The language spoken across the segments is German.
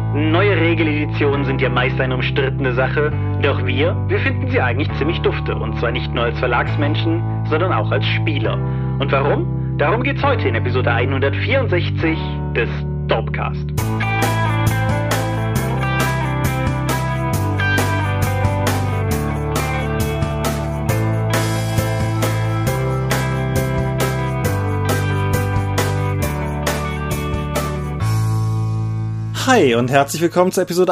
Neue Regeleditionen sind ja meist eine umstrittene Sache, doch wir finden sie eigentlich ziemlich dufte. Und zwar nicht nur als Verlagsmenschen, sondern auch als Spieler. Und warum? Darum geht's heute in Episode 164 des Dorpcast. Hi und herzlich willkommen zur Episode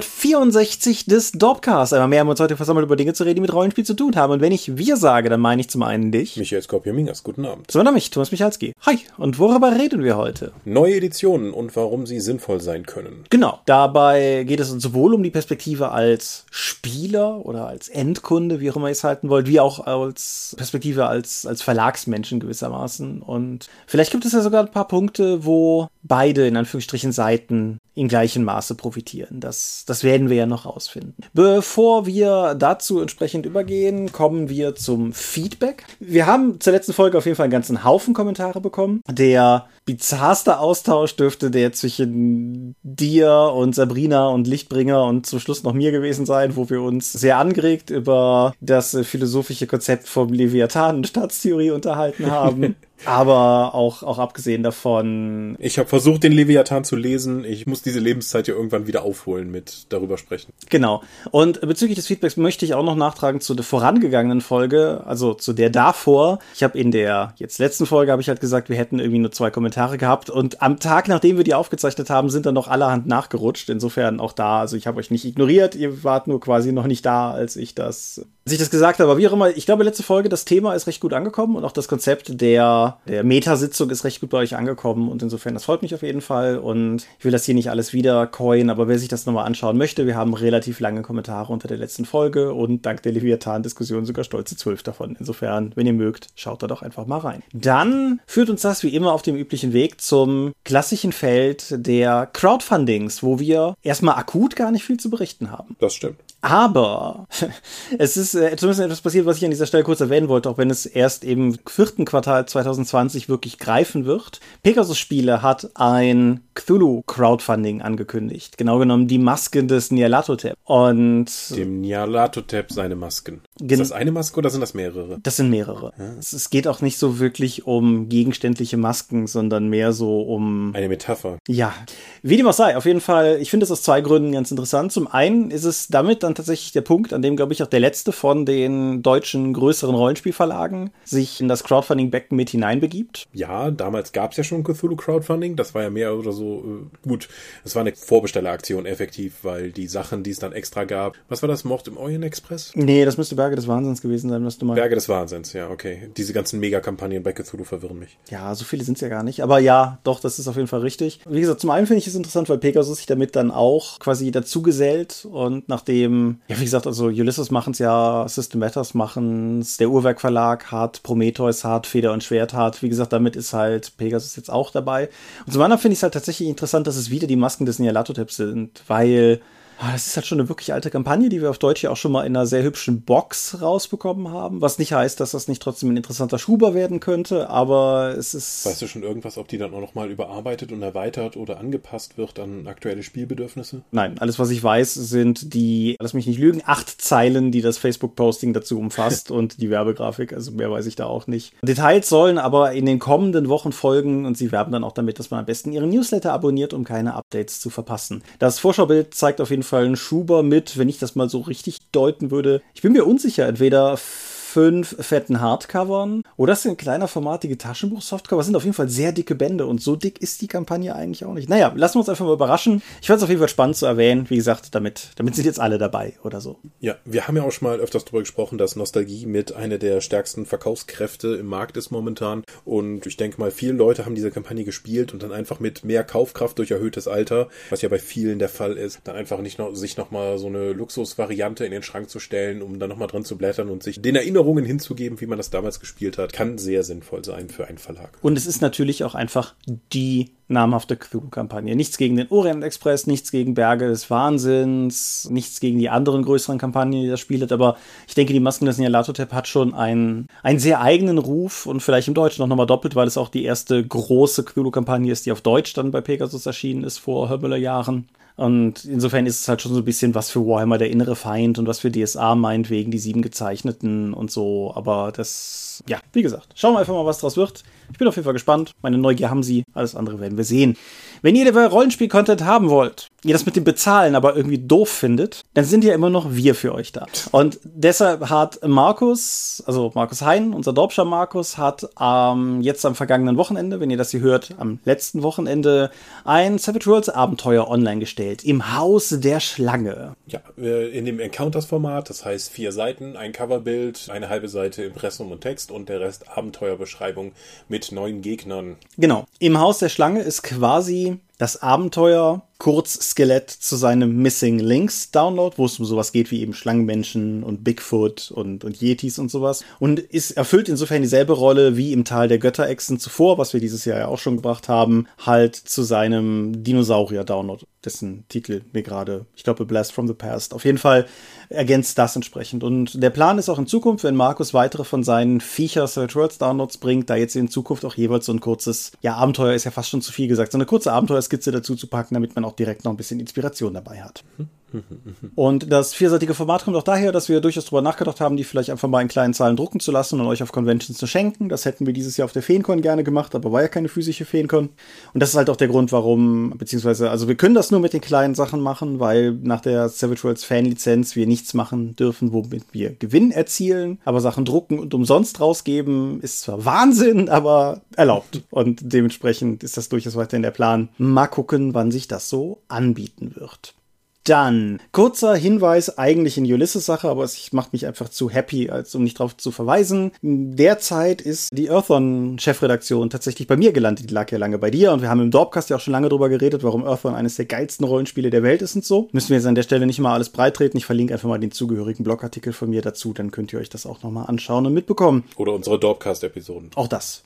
164 des Dorpcast. Einmal mehr haben wir uns heute versammelt, über Dinge zu reden, die mit Rollenspiel zu tun haben. Und wenn ich wir sage, dann meine ich zum einen dich. Michael Skorpion-Mingas, guten Abend. Zum anderen mich, Thomas Michalski. Hi, und worüber reden wir heute? Neue Editionen und warum sie sinnvoll sein können. Genau, dabei geht es sowohl um die Perspektive als Spieler oder als Endkunde, wie auch immer ihr es halten wollt, wie auch als Perspektive als Verlagsmenschen gewissermaßen. Und vielleicht gibt es ja sogar ein paar Punkte, wo beide, in Anführungsstrichen, Seiten in gleichem Maße profitieren. Das werden wir ja noch rausfinden. Bevor wir dazu entsprechend übergehen, kommen wir zum Feedback. Wir haben zur letzten Folge auf jeden Fall einen ganzen Haufen Kommentare bekommen. Der bizarrste Austausch dürfte der zwischen dir und Sabrina und Lichtbringer und zum Schluss noch mir gewesen sein, wo wir uns sehr angeregt über das philosophische Konzept vom Leviathan und Staatstheorie unterhalten haben. Aber auch abgesehen davon. Ich habe versucht, den Leviathan zu lesen. Ich muss diese Lebenszeit ja irgendwann wieder aufholen mit darüber sprechen. Genau. Und bezüglich des Feedbacks möchte ich auch noch nachtragen zu der vorangegangenen Folge, also zu der davor. Ich habe in der jetzt letzten Folge habe ich halt gesagt, wir hätten irgendwie nur 2 Kommentare gehabt. Und am Tag, nachdem wir die aufgezeichnet haben, sind dann noch allerhand nachgerutscht. Insofern auch da, also ich habe euch nicht ignoriert. Ihr wart nur quasi noch nicht da, als ich das gesagt habe. Aber wie auch immer, ich glaube, letzte Folge, das Thema ist recht gut angekommen und auch das Konzept der Metasitzung ist recht gut bei euch angekommen und insofern, das freut mich auf jeden Fall und ich will das hier nicht alles wieder coin, aber wer sich das nochmal anschauen möchte, wir haben relativ lange Kommentare unter der letzten Folge und dank der Leviathan-Diskussion sogar stolze 12 davon. Insofern, wenn ihr mögt, schaut da doch einfach mal rein. Dann führt uns das wie immer auf dem üblichen Weg zum klassischen Feld der Crowdfundings, wo wir erstmal akut gar nicht viel zu berichten haben. Das stimmt. Aber es ist zumindest etwas passiert, was ich an dieser Stelle kurz erwähnen wollte, auch wenn es erst im 4. Quartal 2020 wirklich greifen wird. Pegasus Spiele hat ein Cthulhu-Crowdfunding angekündigt. Genau genommen die Masken des Nyarlathotep. Und dem Nyarlathotep seine Masken. Ist das eine Maske oder sind das mehrere? Das sind mehrere. Ja. Es geht auch nicht so wirklich um gegenständliche Masken, sondern mehr so um eine Metapher. Ja, wie dem auch sei. Auf jeden Fall, ich finde es aus 2 Gründen ganz interessant. Zum einen ist es damit dann tatsächlich der Punkt, an dem, glaube ich, auch der letzte von den deutschen größeren Rollenspielverlagen sich in das Crowdfunding-Becken mit hineinbegibt. Ja, damals gab es ja schon Cthulhu-Crowdfunding. Das war ja mehr oder so, gut, es war eine Vorbestelleraktion effektiv, weil die Sachen, die es dann extra gab, was war das, Mord im Orient Express? Nee, das müsste Berge des Wahnsinns gewesen sein, was du meinst. Berge des Wahnsinns, ja, okay. Diese ganzen Mega-Kampagnen bei Cthulhu verwirren mich. Ja, so viele sind es ja gar nicht. Aber ja, doch, das ist auf jeden Fall richtig. Wie gesagt, zum einen finde ich es interessant, weil Pegasus sich damit dann auch quasi dazu gesellt und nachdem, ja, wie gesagt, also Ulysses machen es ja, System Matters machen es, der Uhrwerk Verlag hat, Prometheus hat, Feder und Schwert hat. Wie gesagt, damit ist halt Pegasus jetzt auch dabei. Und zum anderen finde ich es halt tatsächlich interessant, dass es wieder die Masken des Nyarlathotep sind, weil das ist halt schon eine wirklich alte Kampagne, die wir auf Deutsch ja auch schon mal in einer sehr hübschen Box rausbekommen haben. Was nicht heißt, dass das nicht trotzdem ein interessanter Schuber werden könnte, aber es ist... Weißt du schon irgendwas, ob die dann auch nochmal überarbeitet und erweitert oder angepasst wird an aktuelle Spielbedürfnisse? Nein, alles was ich weiß, sind die, lass mich nicht lügen, 8 Zeilen, die das Facebook-Posting dazu umfasst und die Werbegrafik, also mehr weiß ich da auch nicht. Details sollen aber in den kommenden Wochen folgen und sie werben dann auch damit, dass man am besten ihren Newsletter abonniert, um keine Updates zu verpassen. Das Vorschaubild zeigt auf jeden Fall einen Schuber mit, wenn ich das mal so richtig deuten würde. Ich bin mir unsicher, entweder 5 fetten Hardcovern oder es sind kleiner formatige Taschenbuch-Softcover. Das sind auf jeden Fall sehr dicke Bände und so dick ist die Kampagne eigentlich auch nicht. Naja, lassen wir uns einfach mal überraschen. Ich fand es auf jeden Fall spannend zu erwähnen. Wie gesagt, damit sind jetzt alle dabei oder so. Ja, wir haben ja auch schon mal öfters darüber gesprochen, dass Nostalgie mit einer der stärksten Verkaufskräfte im Markt ist momentan und ich denke mal, viele Leute haben diese Kampagne gespielt und dann einfach mit mehr Kaufkraft durch erhöhtes Alter, was ja bei vielen der Fall ist, dann einfach nicht noch, sich nochmal so eine Luxusvariante in den Schrank zu stellen, um dann nochmal drin zu blättern und sich den Erinnerungen hinzugeben, wie man das damals gespielt hat, kann sehr sinnvoll sein für einen Verlag. Und es ist natürlich auch einfach die namhafte Cthulhu-Kampagne. Nichts gegen den Orient Express, nichts gegen Berge des Wahnsinns, nichts gegen die anderen größeren Kampagnen, die das Spiel hat, aber ich denke, die Masken des Nyarlathotep hat schon einen sehr eigenen Ruf und vielleicht im Deutschen noch nochmal doppelt, weil es auch die erste große Cthulhu-Kampagne ist, die auf Deutsch dann bei Pegasus erschienen ist vor Jahren. Und insofern ist es halt schon so ein bisschen was für Warhammer der innere Feind und was für DSA meinetwegen die 7 Gezeichneten und so. Aber das, ja, wie gesagt, schauen wir einfach mal, was draus wird. Ich bin auf jeden Fall gespannt. Meine Neugier haben sie. Alles andere werden wir sehen. Wenn ihr Rollenspiel-Content haben wollt, ihr das mit dem Bezahlen aber irgendwie doof findet, dann sind ja immer noch wir für euch da. Und deshalb hat Markus Hein, unser Dorpscher Markus, hat jetzt am vergangenen Wochenende, wenn ihr das hier hört, am letzten Wochenende ein Savage Worlds Abenteuer online gestellt. Im Haus der Schlange. Ja, in dem Encounters-Format, das heißt 4 Seiten, ein Coverbild, eine halbe Seite Impressum und Text und der Rest Abenteuerbeschreibung mit 9 Gegnern. Genau. Im Haus der Schlange ist quasi das Abenteuer Kurzskelett zu seinem Missing Links Download, wo es um sowas geht wie eben Schlangenmenschen und Bigfoot und Yetis und sowas. Und erfüllt insofern dieselbe Rolle wie im Tal der Götterechsen zuvor, was wir dieses Jahr ja auch schon gebracht haben, halt zu seinem Dinosaurier-Download, dessen Titel mir gerade, ich glaube, Blast from the Past. Auf jeden Fall ergänzt das entsprechend. Und der Plan ist auch in Zukunft, wenn Markus weitere von seinen Viecher Savage Worlds Downloads bringt, da jetzt in Zukunft auch jeweils so ein kurzes, ja, Abenteuer ist ja fast schon zu viel gesagt, so eine kurze Abenteuerskizze dazu zu packen, damit man auch direkt noch ein bisschen Inspiration dabei hat. Und das 4-seitige Format kommt auch daher, dass wir durchaus drüber nachgedacht haben, die vielleicht einfach mal in kleinen Zahlen drucken zu lassen und euch auf Conventions zu schenken. Das hätten wir dieses Jahr auf der Feencon gerne gemacht, aber war ja keine physische Feencon. Und das ist halt auch der Grund, warum, beziehungsweise, also wir können das nur mit den kleinen Sachen machen, weil nach der Savage Worlds Fanlizenz wir nichts machen dürfen, womit wir Gewinn erzielen. Aber Sachen drucken und umsonst rausgeben ist zwar Wahnsinn, aber erlaubt. Und dementsprechend ist das durchaus weiterhin der Plan. Mal gucken, wann sich das so anbieten wird. Dann, kurzer Hinweis eigentlich in Ulysses-Sache, aber es macht mich einfach zu happy, als um nicht drauf zu verweisen. Derzeit ist die Earthon-Chefredaktion tatsächlich bei mir gelandet. Die lag ja lange bei dir und wir haben im Dorpcast ja auch schon lange drüber geredet, warum Earthon eines der geilsten Rollenspiele der Welt ist und so. Müssen wir jetzt an der Stelle nicht mal alles breittreten. Ich verlinke einfach mal den zugehörigen Blogartikel von mir dazu, dann könnt ihr euch das auch nochmal anschauen und mitbekommen. Oder unsere Dorpcast-Episoden. Auch das.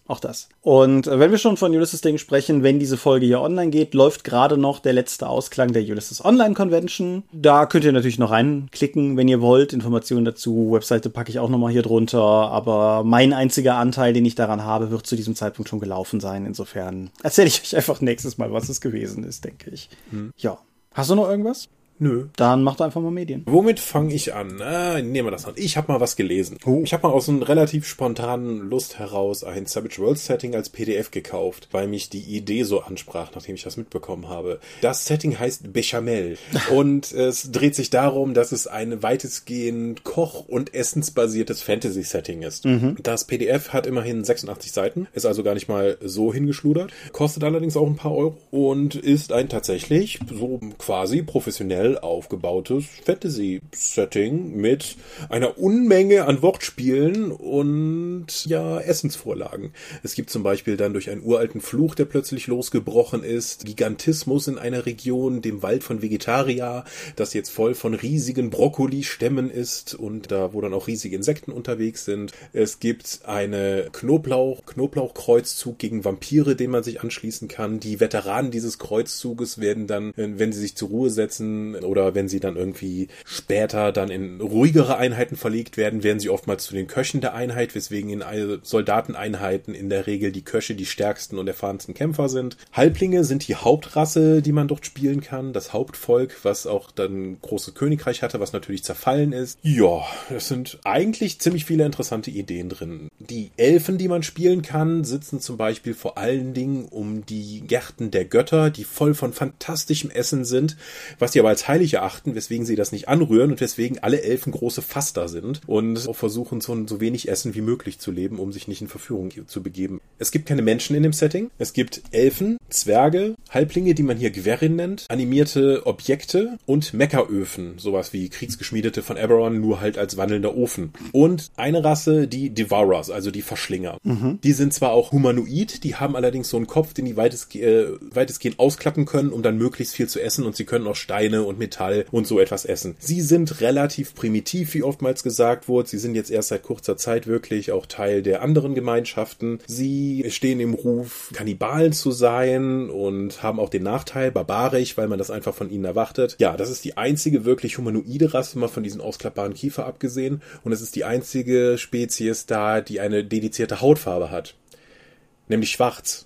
Und wenn wir schon von Ulysses-Dingen sprechen, wenn diese Folge hier online geht, läuft gerade noch der letzte Ausklang der Ulysses Online-Convention. Da könnt ihr natürlich noch reinklicken, wenn ihr wollt. Informationen dazu, Webseite packe ich auch nochmal hier drunter. Aber mein einziger Anteil, den ich daran habe, wird zu diesem Zeitpunkt schon gelaufen sein. Insofern erzähle ich euch einfach nächstes Mal, was es gewesen ist, denke ich. Ja. Hast du noch irgendwas? Nö. Dann mach doch einfach mal Medien. Womit fange ich an? Nehmen wir das an. Ich habe mal was gelesen. Ich habe mal aus einer relativ spontanen Lust heraus ein Savage Worlds Setting als PDF gekauft, weil mich die Idee so ansprach, nachdem ich das mitbekommen habe. Das Setting heißt Bechamel und es dreht sich darum, dass es ein weitestgehend koch- und essensbasiertes Fantasy-Setting ist. Das PDF hat immerhin 86 Seiten, ist also gar nicht mal so hingeschludert, kostet allerdings auch ein paar Euro und ist ein tatsächlich so quasi professionell aufgebautes Fantasy-Setting mit einer Unmenge an Wortspielen und ja, Essensvorlagen. Es gibt zum Beispiel dann durch einen uralten Fluch, der plötzlich losgebrochen ist, Gigantismus in einer Region, dem Wald von Vegetaria, das jetzt voll von riesigen Brokkoli-Stämmen ist und da, wo dann auch riesige Insekten unterwegs sind. Es gibt eine Knoblauchkreuzzug gegen Vampire, den man sich anschließen kann. Die Veteranen dieses Kreuzzuges werden dann, wenn sie sich zur Ruhe setzen, oder wenn sie dann irgendwie später dann in ruhigere Einheiten verlegt werden, werden sie oftmals zu den Köchen der Einheit, weswegen in Soldateneinheiten in der Regel die Köche die stärksten und erfahrensten Kämpfer sind. Halblinge sind die Hauptrasse, die man dort spielen kann, das Hauptvolk, was auch dann ein großes Königreich hatte, was natürlich zerfallen ist. Ja, es sind eigentlich ziemlich viele interessante Ideen drin. Die Elfen, die man spielen kann, sitzen zum Beispiel vor allen Dingen um die Gärten der Götter, die voll von fantastischem Essen sind, was sie aber als heilig erachten, weswegen sie das nicht anrühren und weswegen alle Elfen große Faster sind und auch versuchen, so wenig Essen wie möglich zu leben, um sich nicht in Verführung zu begeben. Es gibt keine Menschen in dem Setting. Es gibt Elfen, Zwerge, Halblinge, die man hier Gwerin nennt, animierte Objekte und Meckeröfen, sowas wie Kriegsgeschmiedete von Eberron, nur halt als wandelnder Ofen. Und eine Rasse, die Devourers, also die Verschlinger. Die sind zwar auch humanoid, die haben allerdings so einen Kopf, den die weitestgehend ausklappen können, um dann möglichst viel zu essen und sie können auch Steine und Metall und so etwas essen. Sie sind relativ primitiv, wie oftmals gesagt wurde. Sie sind jetzt erst seit kurzer Zeit wirklich auch Teil der anderen Gemeinschaften. Sie stehen im Ruf, Kannibalen zu sein und haben auch den Nachteil, barbarisch, weil man das einfach von ihnen erwartet. Ja, das ist die einzige wirklich humanoide Rasse, mal von diesen ausklappbaren Kiefer abgesehen. Und es ist die einzige Spezies da, die eine dedizierte Hautfarbe hat. Nämlich schwarz.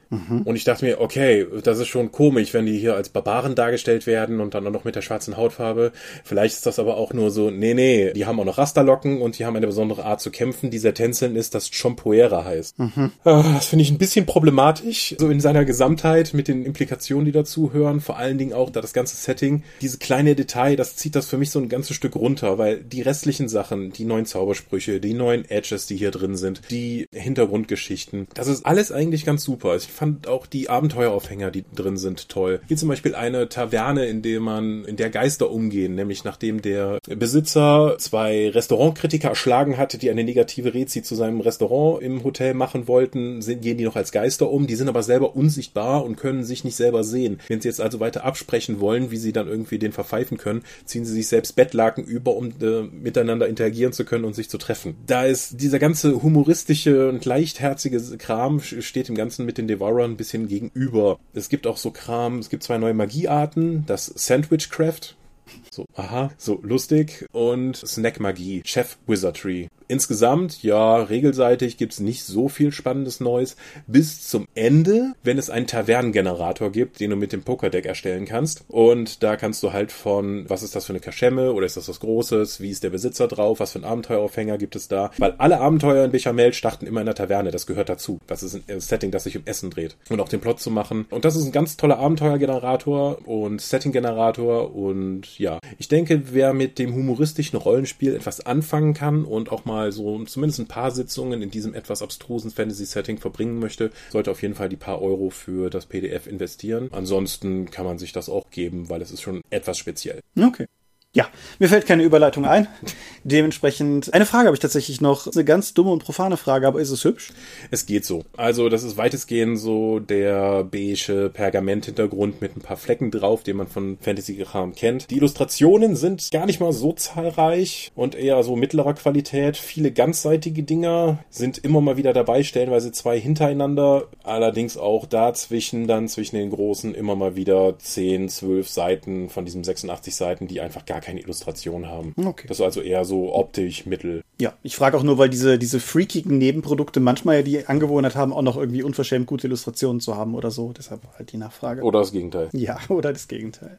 Und ich dachte mir, okay, das ist schon komisch, wenn die hier als Barbaren dargestellt werden und dann auch noch mit der schwarzen Hautfarbe. Vielleicht ist das aber auch nur so, nee, die haben auch noch Rasterlocken und die haben eine besondere Art zu kämpfen, die sehr tänzeln ist, das Chompoera heißt. Das finde ich ein bisschen problematisch, so in seiner Gesamtheit mit den Implikationen, die dazuhören. Vor allen Dingen auch da das ganze Setting, diese kleine Detail, das zieht das für mich so ein ganzes Stück runter, weil die restlichen Sachen, die neuen Zaubersprüche, die neuen Edges, die hier drin sind, die Hintergrundgeschichten, das ist alles eigentlich ganz super. Ich fand auch die Abenteueraufhänger, die drin sind, toll. Hier zum Beispiel eine Taverne, in der Geister umgehen, nämlich nachdem der Besitzer 2 Restaurantkritiker erschlagen hatte, die eine negative Rezi zu seinem Restaurant im Hotel machen wollten, gehen die noch als Geister um, die sind aber selber unsichtbar und können sich nicht selber sehen. Wenn sie jetzt also weiter absprechen wollen, wie sie dann irgendwie den verpfeifen können, ziehen sie sich selbst Bettlaken über, um miteinander interagieren zu können und sich zu treffen. Da ist dieser ganze humoristische und leichtherzige Kram steht dem Ganzen mit den Devourern ein bisschen gegenüber. Es gibt auch so Kram, es gibt 2 neue Magiearten, das Sandwichcraft, so, so lustig, und Snack-Magie, Chef Wizardry. Insgesamt, ja, regelseitig gibt's nicht so viel spannendes Neues. Bis zum Ende, wenn es einen Tavernengenerator gibt, den du mit dem Pokerdeck erstellen kannst. Und da kannst du halt von, was ist das für eine Kaschemme oder ist das was Großes? Wie ist der Besitzer drauf? Was für ein Abenteueraufhänger gibt es da? Weil alle Abenteuer in Bechamel starten immer in der Taverne. Das gehört dazu. Das ist ein Setting, das sich um Essen dreht. Und auch den Plot zu machen. Und das ist ein ganz toller Abenteuergenerator und Settinggenerator. Und ja, ich denke, wer mit dem humoristischen Rollenspiel etwas anfangen kann und auch mal so zumindest ein paar Sitzungen in diesem etwas abstrusen Fantasy-Setting verbringen möchte, sollte auf jeden Fall die paar Euro für das PDF investieren. Ansonsten kann man sich das auch geben, weil es ist schon etwas speziell. Okay. Ja, mir fällt keine Überleitung ein. Dementsprechend, eine Frage habe ich tatsächlich noch. Eine ganz dumme und profane Frage, aber ist es hübsch? Es geht so. Also das ist weitestgehend so der beige Pergamenthintergrund mit ein paar Flecken drauf, den man von Fantasy-Kram kennt. Die Illustrationen sind gar nicht mal so zahlreich und eher so mittlerer Qualität. Viele ganzseitige Dinger sind immer mal wieder dabei, stellenweise 2 hintereinander. Allerdings auch dazwischen, dann zwischen den großen, immer mal wieder 10, 12 Seiten von diesen 86 Seiten, die einfach gar keine Illustration haben. Okay. Das ist also eher so optisch mittel. Ja, ich frage auch nur, weil diese freakigen Nebenprodukte manchmal ja die Angewohnheit haben, auch noch irgendwie unverschämt gute Illustrationen zu haben oder so. Deshalb halt die Nachfrage. Oder das Gegenteil. Ja, oder das Gegenteil.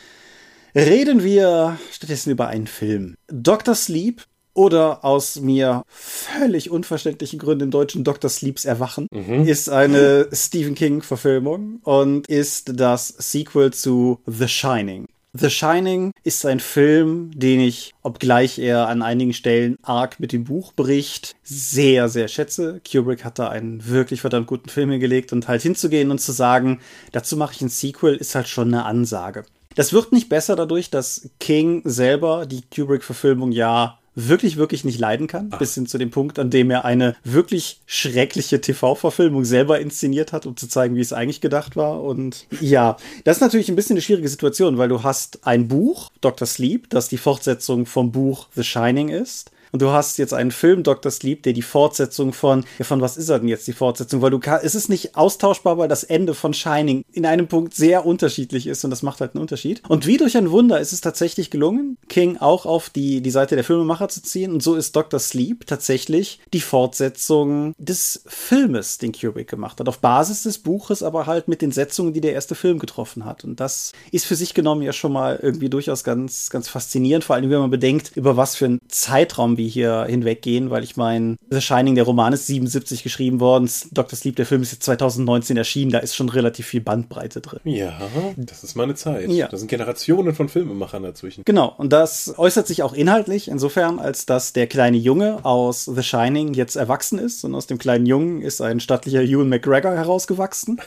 Reden wir stattdessen über einen Film. Dr. Sleep oder aus mir völlig unverständlichen Gründen im Deutschen Dr. Sleeps Erwachen ist eine Stephen King-Verfilmung und ist das Sequel zu The Shining. The Shining ist ein Film, den ich, obgleich er an einigen Stellen arg mit dem Buch bricht, sehr, sehr schätze. Kubrick hat da einen wirklich verdammt guten Film hingelegt und halt hinzugehen und zu sagen, dazu mache ich ein Sequel, ist halt schon eine Ansage. Das wird nicht besser dadurch, dass King selber die Kubrick-Verfilmung ja wirklich, wirklich nicht leiden kann, bis hin zu dem Punkt, an dem er eine wirklich schreckliche TV-Verfilmung selber inszeniert hat, um zu zeigen, wie es eigentlich gedacht war. Und ja, das ist natürlich ein bisschen eine schwierige Situation, weil du hast ein Buch, Dr. Sleep, das die Fortsetzung vom Buch The Shining ist. Und du hast jetzt einen Film, Dr. Sleep, der die Fortsetzung von was ist er denn jetzt die Fortsetzung? Weil es ist nicht austauschbar, weil das Ende von Shining in einem Punkt sehr unterschiedlich ist und das macht halt einen Unterschied. Und wie durch ein Wunder ist es tatsächlich gelungen, King auch auf die Seite der Filmemacher zu ziehen und so ist Dr. Sleep tatsächlich die Fortsetzung des Filmes, den Kubrick gemacht hat. Auf Basis des Buches, aber halt mit den Setzungen, die der erste Film getroffen hat. Und das ist für sich genommen ja schon mal irgendwie durchaus ganz, ganz faszinierend, vor allem wenn man bedenkt, über was für einen Zeitraum wir hier hinweggehen, weil ich meine, The Shining, der Roman ist 77 geschrieben worden, Dr. Sleep, der Film ist jetzt 2019 erschienen, da ist schon relativ viel Bandbreite drin. Ja, das ist meine Zeit. Ja. Da sind Generationen von Filmemachern dazwischen. Genau, und das äußert sich auch inhaltlich insofern, als dass der kleine Junge aus The Shining jetzt erwachsen ist und aus dem kleinen Jungen ist ein stattlicher Ewan McGregor herausgewachsen,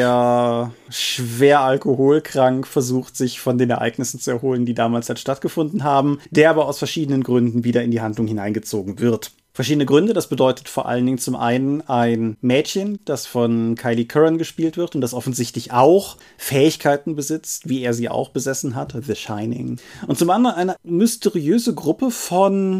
der schwer alkoholkrank versucht, sich von den Ereignissen zu erholen, die damals halt stattgefunden haben, der aber aus verschiedenen Gründen wieder in die Handlung hineingezogen wird. Verschiedene Gründe, das bedeutet vor allen Dingen zum einen ein Mädchen, das von Kylie Curran gespielt wird und das offensichtlich auch Fähigkeiten besitzt, wie er sie auch besessen hat, The Shining. Und zum anderen eine mysteriöse Gruppe von,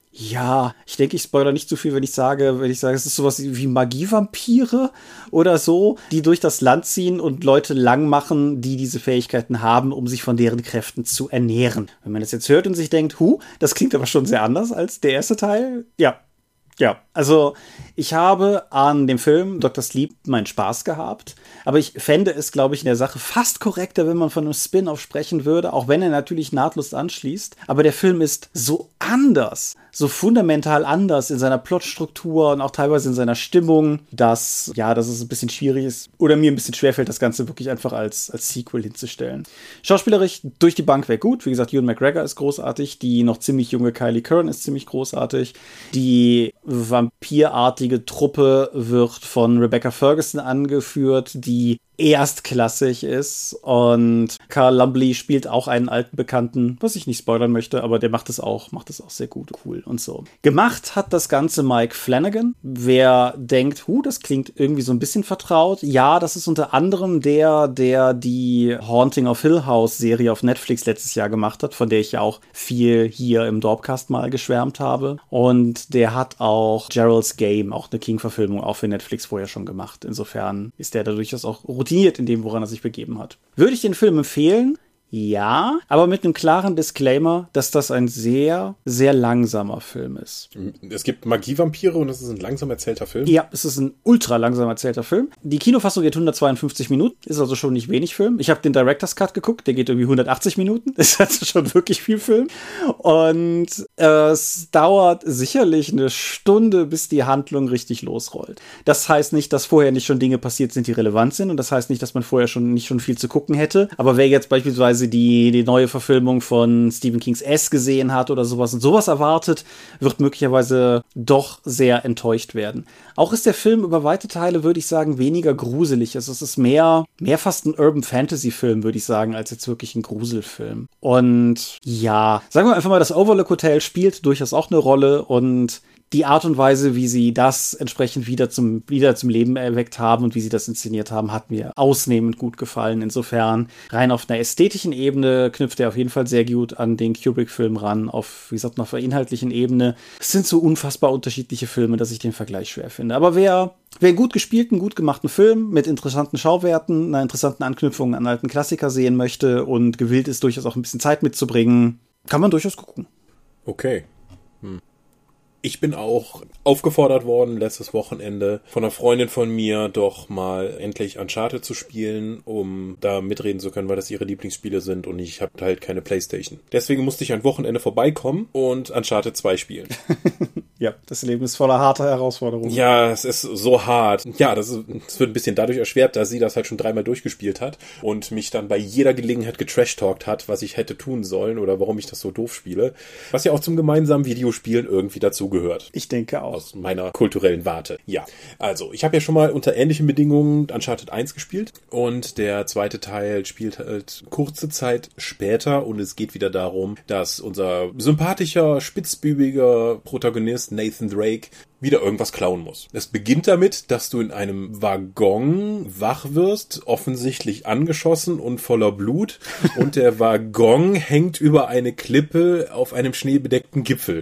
ja, ich denke, ich spoilere nicht zu viel, wenn ich sage, es ist sowas wie Magievampire oder so, die durch das Land ziehen und Leute lang machen, die diese Fähigkeiten haben, um sich von deren Kräften zu ernähren. Wenn man das jetzt hört und sich denkt, das klingt aber schon sehr anders als der erste Teil. Ja, Also, ich habe an dem Film Dr. Sleep meinen Spaß gehabt, aber ich fände es, glaube ich, in der Sache fast korrekter, wenn man von einem Spin-off sprechen würde, auch wenn er natürlich nahtlos anschließt. Aber der Film ist so anders, so fundamental anders in seiner Plotstruktur und auch teilweise in seiner Stimmung, dass es ein bisschen schwierig ist oder mir ein bisschen schwerfällt, das Ganze wirklich einfach als Sequel hinzustellen. Schauspielerisch durch die Bank weg gut. Wie gesagt, Ewan McGregor ist großartig. Die noch ziemlich junge Kylie Curran ist ziemlich großartig. Die vampirartige Truppe wird von Rebecca Ferguson angeführt, die erstklassig ist, und Carl Lumbly spielt auch einen alten Bekannten, was ich nicht spoilern möchte, aber der macht es auch sehr gut, cool und so. Gemacht hat das Ganze Mike Flanagan. Wer denkt, das klingt irgendwie so ein bisschen vertraut, ja, das ist unter anderem der die Haunting of Hill House Serie auf Netflix letztes Jahr gemacht hat, von der ich ja auch viel hier im Dorpcast mal geschwärmt habe, und der hat auch Gerald's Game, auch eine King-Verfilmung, auch für Netflix vorher schon gemacht. Insofern ist der da durchaus auch routiniert in dem, woran er sich begeben hat. Würde ich den Film empfehlen? Ja, aber mit einem klaren Disclaimer, dass das ein sehr, sehr langsamer Film ist. Es gibt Magievampire und es ist ein langsam erzählter Film? Ja, es ist ein ultra langsam erzählter Film. Die Kinofassung geht 152 Minuten, ist also schon nicht wenig Film. Ich habe den Director's Cut geguckt, der geht irgendwie 180 Minuten. Das ist also schon wirklich viel Film. Und es dauert sicherlich eine Stunde, bis die Handlung richtig losrollt. Das heißt nicht, dass vorher nicht schon Dinge passiert sind, die relevant sind. Und das heißt nicht, dass man vorher nicht schon viel zu gucken hätte. Aber wer jetzt beispielsweise die neue Verfilmung von Stephen Kings S gesehen hat oder sowas und sowas erwartet, wird möglicherweise doch sehr enttäuscht werden. Auch ist der Film über weite Teile, würde ich sagen, weniger gruselig. Also es ist mehr fast ein Urban Fantasy Film, würde ich sagen, als jetzt wirklich ein Gruselfilm. Und ja, sagen wir einfach mal, das Overlook Hotel spielt durchaus auch eine Rolle, und die Art und Weise, wie sie das entsprechend wieder zum Leben erweckt haben und wie sie das inszeniert haben, hat mir ausnehmend gut gefallen. Insofern, rein auf einer ästhetischen Ebene knüpft er auf jeden Fall sehr gut an den Kubrick-Film ran. Auf, wie gesagt, auf einer inhaltlichen Ebene. Es sind so unfassbar unterschiedliche Filme, dass ich den Vergleich schwer finde. Aber wer einen gut gespielten, gut gemachten Film mit interessanten Schauwerten, einer interessanten Anknüpfung an alten Klassiker sehen möchte und gewillt ist, durchaus auch ein bisschen Zeit mitzubringen, kann man durchaus gucken. Okay. Ich bin auch aufgefordert worden, letztes Wochenende von einer Freundin von mir doch mal endlich Uncharted zu spielen, um da mitreden zu können, weil das ihre Lieblingsspiele sind und ich habe halt keine Playstation. Deswegen musste ich ein Wochenende vorbeikommen und Uncharted 2 spielen. Ja, das Leben ist voller harter Herausforderungen. Ja, es ist so hart. Ja, das wird ein bisschen dadurch erschwert, dass sie das halt schon 3-mal durchgespielt hat und mich dann bei jeder Gelegenheit getrashtalkt hat, was ich hätte tun sollen oder warum ich das so doof spiele. Was ja auch zum gemeinsamen Videospielen irgendwie dazu gehört. Ich denke auch. Aus meiner kulturellen Warte. Ja, also ich habe ja schon mal unter ähnlichen Bedingungen Uncharted 1 gespielt und der zweite Teil spielt halt kurze Zeit später und es geht wieder darum, dass unser sympathischer, spitzbübiger Protagonist Nathan Drake wieder irgendwas klauen muss. Es beginnt damit, dass du in einem Waggon wach wirst, offensichtlich angeschossen und voller Blut, und der Waggon hängt über eine Klippe auf einem schneebedeckten Gipfel.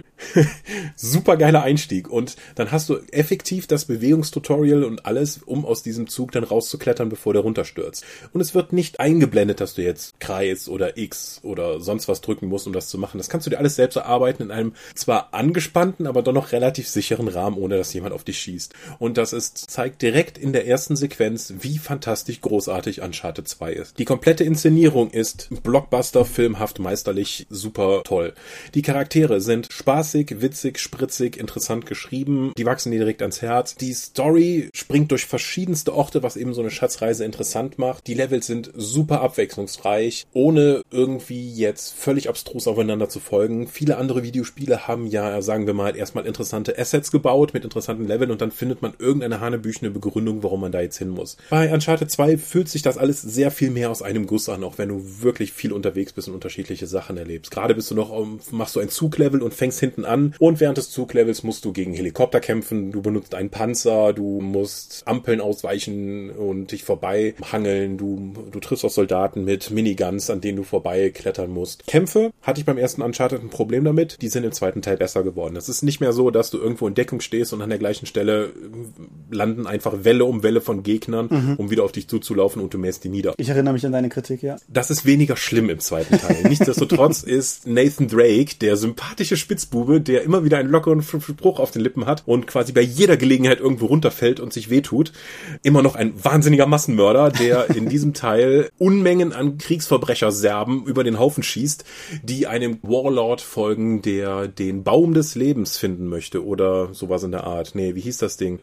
Super geiler Einstieg. Und dann hast du effektiv das Bewegungstutorial und alles, um aus diesem Zug dann rauszuklettern, bevor der runterstürzt. Und es wird nicht eingeblendet, dass du jetzt Kreis oder X oder sonst was drücken musst, um das zu machen. Das kannst du dir alles selbst erarbeiten in einem zwar angespannten, aber doch noch relativ sicheren Rahmen, ohne dass jemand auf dich schießt. Und das zeigt direkt in der ersten Sequenz, wie fantastisch großartig Uncharted 2 ist. Die komplette Inszenierung ist Blockbuster, filmhaft, meisterlich, super toll. Die Charaktere sind spaßig, witzig, spritzig, interessant geschrieben. Die wachsen dir direkt ans Herz. Die Story springt durch verschiedenste Orte, was eben so eine Schatzreise interessant macht. Die Levels sind super abwechslungsreich, ohne irgendwie jetzt völlig abstrus aufeinander zu folgen. Viele andere Videospiele haben ja, sagen wir mal, erstmal interessante Assets gebaut, mit interessanten Leveln und dann findet man irgendeine hanebüchene Begründung, warum man da jetzt hin muss. Bei Uncharted 2 fühlt sich das alles sehr viel mehr aus einem Guss an, auch wenn du wirklich viel unterwegs bist und unterschiedliche Sachen erlebst. Gerade machst du ein Zuglevel und fängst hinten an und während des Zuglevels musst du gegen Helikopter kämpfen, du benutzt einen Panzer, du musst Ampeln ausweichen und dich vorbei hangeln, du triffst auch Soldaten mit Miniguns, an denen du vorbei klettern musst. Kämpfe hatte ich beim ersten Uncharted ein Problem damit, die sind im zweiten Teil besser geworden. Es ist nicht mehr so, dass du irgendwo in Deckung stehst und an der gleichen Stelle landen einfach Welle um Welle von Gegnern, um wieder auf dich zuzulaufen und du mähst die nieder. Ich erinnere mich an deine Kritik, ja. Das ist weniger schlimm im zweiten Teil. Nichtsdestotrotz ist Nathan Drake, der sympathische Spitzbube, der immer wieder einen lockeren Spruch auf den Lippen hat und quasi bei jeder Gelegenheit irgendwo runterfällt und sich wehtut, immer noch ein wahnsinniger Massenmörder, der in diesem Teil Unmengen an Kriegsverbrecher-Serben über den Haufen schießt, die einem Warlord folgen, der den Baum des Lebens finden möchte oder sowas in der Art. Nee, wie hieß das Ding?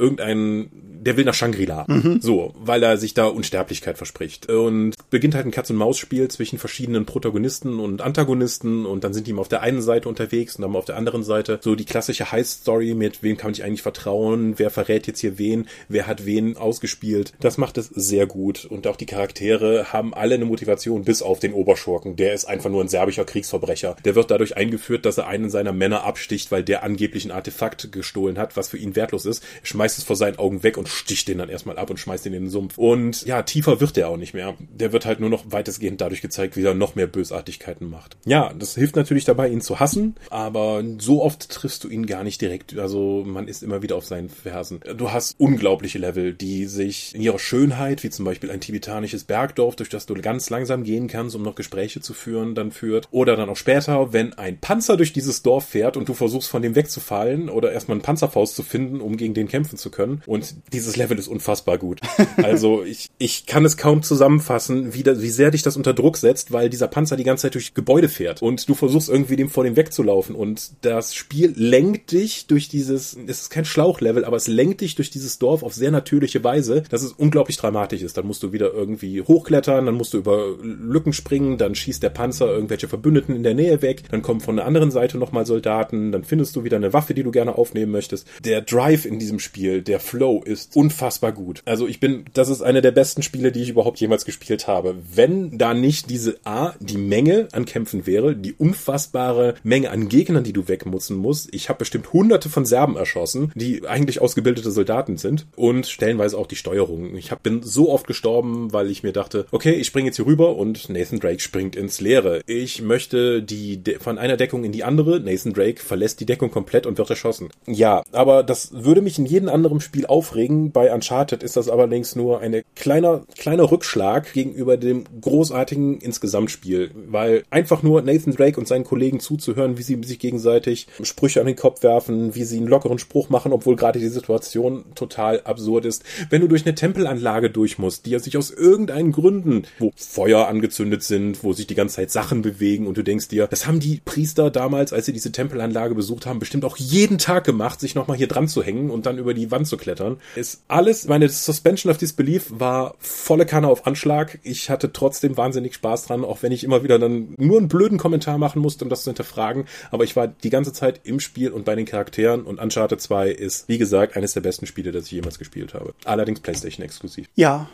Der will nach Shangri-La. So, weil er sich da Unsterblichkeit verspricht. Und beginnt halt ein Katz-und-Maus-Spiel zwischen verschiedenen Protagonisten und Antagonisten und dann sind die mal auf der einen Seite unterwegs und dann mal auf der anderen Seite. So die klassische Heist-Story mit wem kann ich eigentlich vertrauen, wer verrät jetzt hier wen, wer hat wen ausgespielt. Das macht es sehr gut und auch die Charaktere haben alle eine Motivation, bis auf den Oberschurken. Der ist einfach nur ein serbischer Kriegsverbrecher. Der wird dadurch eingeführt, dass er einen seiner Männer absticht, weil der angeblich ein Artefakt gestohlen hat, was für ihn wertlos ist. Er schmeißt es vor seinen Augen weg und sticht den dann erstmal ab und schmeißt ihn in den Sumpf. Und ja, tiefer wird der auch nicht mehr. Der wird halt nur noch weitestgehend dadurch gezeigt, wie er noch mehr Bösartigkeiten macht. Ja, das hilft natürlich dabei, ihn zu hassen, aber so oft triffst du ihn gar nicht direkt. Also man ist immer wieder auf seinen Fersen. Du hast unglaubliche Level, die sich in ihrer Schönheit, wie zum Beispiel ein tibetanisches Bergdorf, durch das du ganz langsam gehen kannst, um noch Gespräche zu führen, dann führt. Oder dann auch später, wenn ein Panzer durch dieses Dorf fährt und du versuchst, von dem wegzufallen oder erstmal einen Panzerfaust zu finden, um gegen den kämpfen zu können. Und dieses Level ist unfassbar gut. Also ich kann es kaum zusammenfassen, wie sehr dich das unter Druck setzt, weil dieser Panzer die ganze Zeit durch Gebäude fährt und du versuchst irgendwie vor dem wegzulaufen und das Spiel lenkt dich durch es ist kein Schlauchlevel, aber es lenkt dich durch dieses Dorf auf sehr natürliche Weise, dass es unglaublich dramatisch ist. Dann musst du wieder irgendwie hochklettern, dann musst du über Lücken springen, dann schießt der Panzer irgendwelche Verbündeten in der Nähe weg, dann kommen von der anderen Seite nochmal Soldaten, dann findest du wieder eine Waffe, die du gerne aufnehmen möchtest. Der Drive in diesem Spiel, der Flow ist unfassbar gut. Also das ist eine der besten Spiele, die ich überhaupt jemals gespielt habe. Wenn da nicht die Menge an Kämpfen wäre, die unfassbare Menge an Gegnern, die du wegmutzen musst. Ich habe bestimmt hunderte von Serben erschossen, die eigentlich ausgebildete Soldaten sind und stellenweise auch die Steuerung. Ich bin so oft gestorben, weil ich mir dachte, okay, ich springe jetzt hier rüber und Nathan Drake springt ins Leere. Ich möchte von einer Deckung in die andere. Nathan Drake verlässt die Deckung komplett und wird erschossen. Ja, aber das würde mich in jedem anderen Spiel aufregen. Bei Uncharted ist das allerdings nur ein kleiner Rückschlag gegenüber dem großartigen Insgesamtspiel, weil einfach nur Nathan Drake und seinen Kollegen zuzuhören, wie sie sich gegenseitig Sprüche an den Kopf werfen, wie sie einen lockeren Spruch machen, obwohl gerade die Situation total absurd ist. Wenn du durch eine Tempelanlage durch musst, die sich aus irgendeinen Gründen, wo Feuer angezündet sind, wo sich die ganze Zeit Sachen bewegen und du denkst dir, das haben die Priester damals, als sie diese Tempelanlage besucht haben, bestimmt auch jeden Tag gemacht, sich nochmal hier dran zu hängen und dann über die Wand zu klettern. Ist alles, meine Suspension of Disbelief war volle Kanne auf Anschlag. Ich hatte trotzdem wahnsinnig Spaß dran, auch wenn ich immer wieder dann nur einen blöden Kommentar machen musste, um das zu hinterfragen. Aber ich war die ganze Zeit im Spiel und bei den Charakteren und Uncharted 2 ist, wie gesagt, eines der besten Spiele, das ich jemals gespielt habe. Allerdings PlayStation exklusiv. Ja,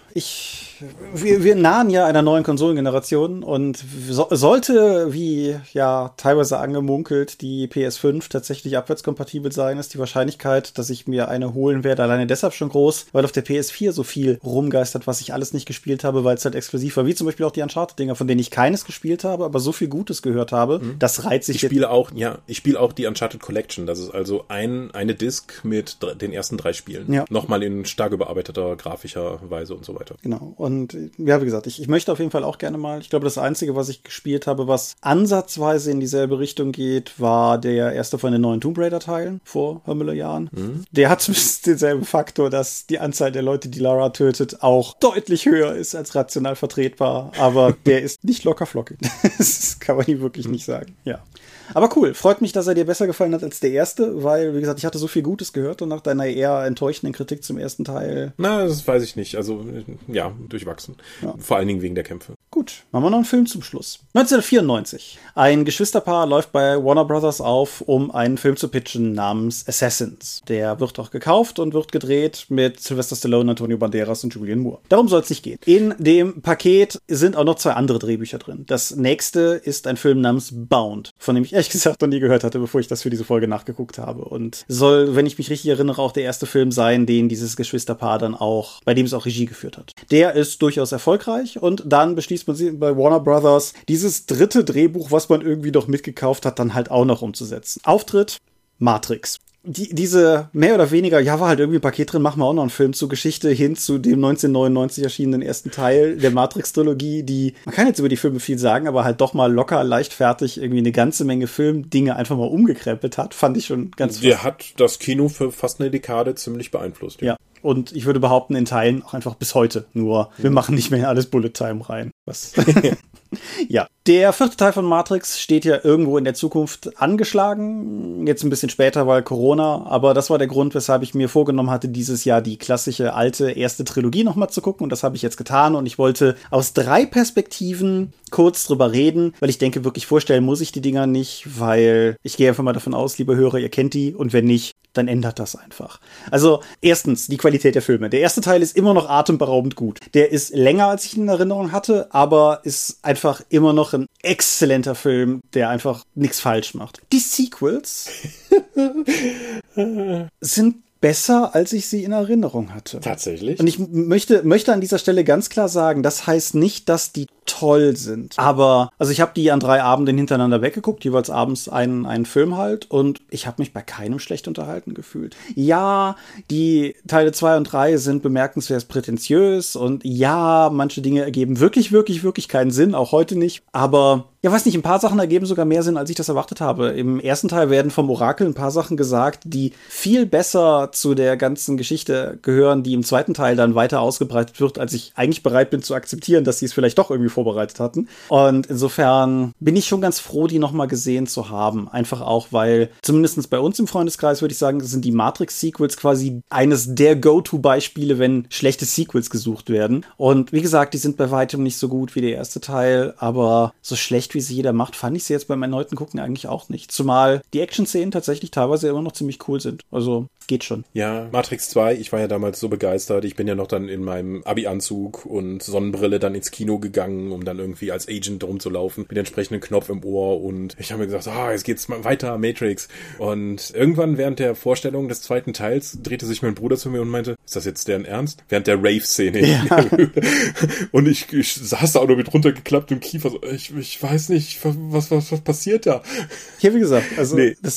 wir nahen ja einer neuen Konsolengeneration und sollte, wie ja teilweise angemunkelt, die PS5 tatsächlich abwärtskompatibel sein, ist die Wahrscheinlichkeit, dass ich mir eine holen werde, alleine deshalb schon groß, weil auf der PS4 so viel rumgeistert, was ich alles nicht gespielt habe, weil es halt exklusiv war, wie zum Beispiel auch die Uncharted-Dinger, von denen ich keines gespielt habe, aber so viel Gutes gehört habe, das reizt sich. Ich spiele auch die Uncharted Collection, das ist also eine Disc mit den ersten 3 Spielen. Ja. Nochmal in stark überarbeiteter grafischer Weise und so weiter. Genau. Und ja, wie gesagt, ich möchte auf jeden Fall auch gerne mal, ich glaube, das Einzige, was ich gespielt habe, was ansatzweise in dieselbe Richtung geht, war der erste von den neuen Tomb Raider-Teilen vor Jahren. Der hat zumindest denselben Faktor, dass die Anzahl der Leute, die Lara tötet, auch deutlich höher ist als rational vertretbar, aber der ist nicht locker flockig. Das kann man ihm wirklich nicht sagen. Ja. Aber cool, freut mich, dass er dir besser gefallen hat als der erste, weil, wie gesagt, ich hatte so viel Gutes gehört und nach deiner eher enttäuschenden Kritik zum ersten Teil. Na, das weiß ich nicht. Also, ja, durchwachsen. Ja. Vor allen Dingen wegen der Kämpfe. Gut, machen wir noch einen Film zum Schluss. 1994. Ein Geschwisterpaar läuft bei Warner Brothers auf, um einen Film zu pitchen namens Assassins. Der wird auch gekauft und wird gedreht mit Sylvester Stallone, Antonio Banderas und Julianne Moore. Darum soll es nicht gehen. In dem Paket sind auch noch 2 andere Drehbücher drin. Das nächste ist ein Film namens Bound, von dem ich ehrlich gesagt noch nie gehört hatte, bevor ich das für diese Folge nachgeguckt habe. Und soll, wenn ich mich richtig erinnere, auch der erste Film sein, den dieses Geschwisterpaar dann auch, bei dem es auch Regie geführt hat. Der ist durchaus erfolgreich und dann beschließt man bei Warner Brothers, dieses dritte Drehbuch, was man irgendwie noch mitgekauft hat, dann halt auch noch umzusetzen. Auftritt: Matrix. diese mehr oder weniger, ja, war halt irgendwie ein Paket drin, machen wir auch noch einen Film zur Geschichte hin zu dem 1999 erschienenen ersten Teil der Matrix-Trilogie, die, man kann jetzt über die Filme viel sagen, aber halt doch mal locker, leichtfertig irgendwie eine ganze Menge Filmdinge einfach mal umgekrempelt hat, fand ich schon ganz Der hat das Kino für fast eine Dekade ziemlich beeinflusst. Ja. Und ich würde behaupten, in Teilen auch einfach bis heute. Nur, wir machen nicht mehr in alles Bullet Time rein. Was? Ja. Der 4. Teil von Matrix steht ja irgendwo in der Zukunft angeschlagen. Jetzt ein bisschen später, weil Corona. Aber das war der Grund, weshalb ich mir vorgenommen hatte, dieses Jahr die klassische alte erste Trilogie nochmal zu gucken. Und das habe ich jetzt getan. Und ich wollte aus 3 Perspektiven kurz drüber reden, weil ich denke, wirklich vorstellen muss ich die Dinger nicht, weil ich gehe einfach mal davon aus, liebe Hörer, ihr kennt die. Und wenn nicht, dann ändert das einfach. Also, erstens, die Qualität der Filme. Der erste Teil ist immer noch atemberaubend gut. Der ist länger, als ich ihn in Erinnerung hatte, aber ist einfach immer noch ein exzellenter Film, der einfach nichts falsch macht. Die Sequels sind besser, als ich sie in Erinnerung hatte. Tatsächlich? Und ich möchte an dieser Stelle ganz klar sagen, das heißt nicht, dass die toll sind. Aber, also ich habe die an 3 Abenden hintereinander weggeguckt, jeweils abends einen Film halt, und ich habe mich bei keinem schlecht unterhalten gefühlt. Ja, die Teile 2 und 3 sind bemerkenswert prätentiös und ja, manche Dinge ergeben wirklich, wirklich, wirklich keinen Sinn, auch heute nicht. Aber ja, weiß nicht, ein paar Sachen ergeben sogar mehr Sinn, als ich das erwartet habe. Im ersten Teil werden vom Orakel ein paar Sachen gesagt, die viel besser zu der ganzen Geschichte gehören, die im zweiten Teil dann weiter ausgebreitet wird, als ich eigentlich bereit bin zu akzeptieren, dass sie es vielleicht doch irgendwie vorbereitet hatten. Und insofern bin ich schon ganz froh, die nochmal gesehen zu haben. Einfach auch, weil zumindest bei uns im Freundeskreis, würde ich sagen, sind die Matrix-Sequels quasi eines der Go-To-Beispiele, wenn schlechte Sequels gesucht werden. Und wie gesagt, die sind bei weitem nicht so gut wie der erste Teil, aber so schlecht wie sie jeder macht, fand ich sie jetzt beim erneuten Gucken eigentlich auch nicht. Zumal die Action-Szenen tatsächlich teilweise immer noch ziemlich cool sind. Also geht schon. Ja, Matrix 2, ich war ja damals so begeistert. Ich bin ja noch dann in meinem Abi-Anzug und Sonnenbrille dann ins Kino gegangen, um dann irgendwie als Agent rumzulaufen mit entsprechenden Knopf im Ohr, und ich habe mir gesagt, jetzt geht's mal weiter, Matrix. Und irgendwann während der Vorstellung des zweiten Teils drehte sich mein Bruder zu mir und meinte, ist das jetzt deren Ernst? Während der Rave-Szene. Ja. Und ich saß da auch nur mit runtergeklapptem Kiefer, so, ich weiß nicht, was passiert da? Ja, wie gesagt, also nee. Das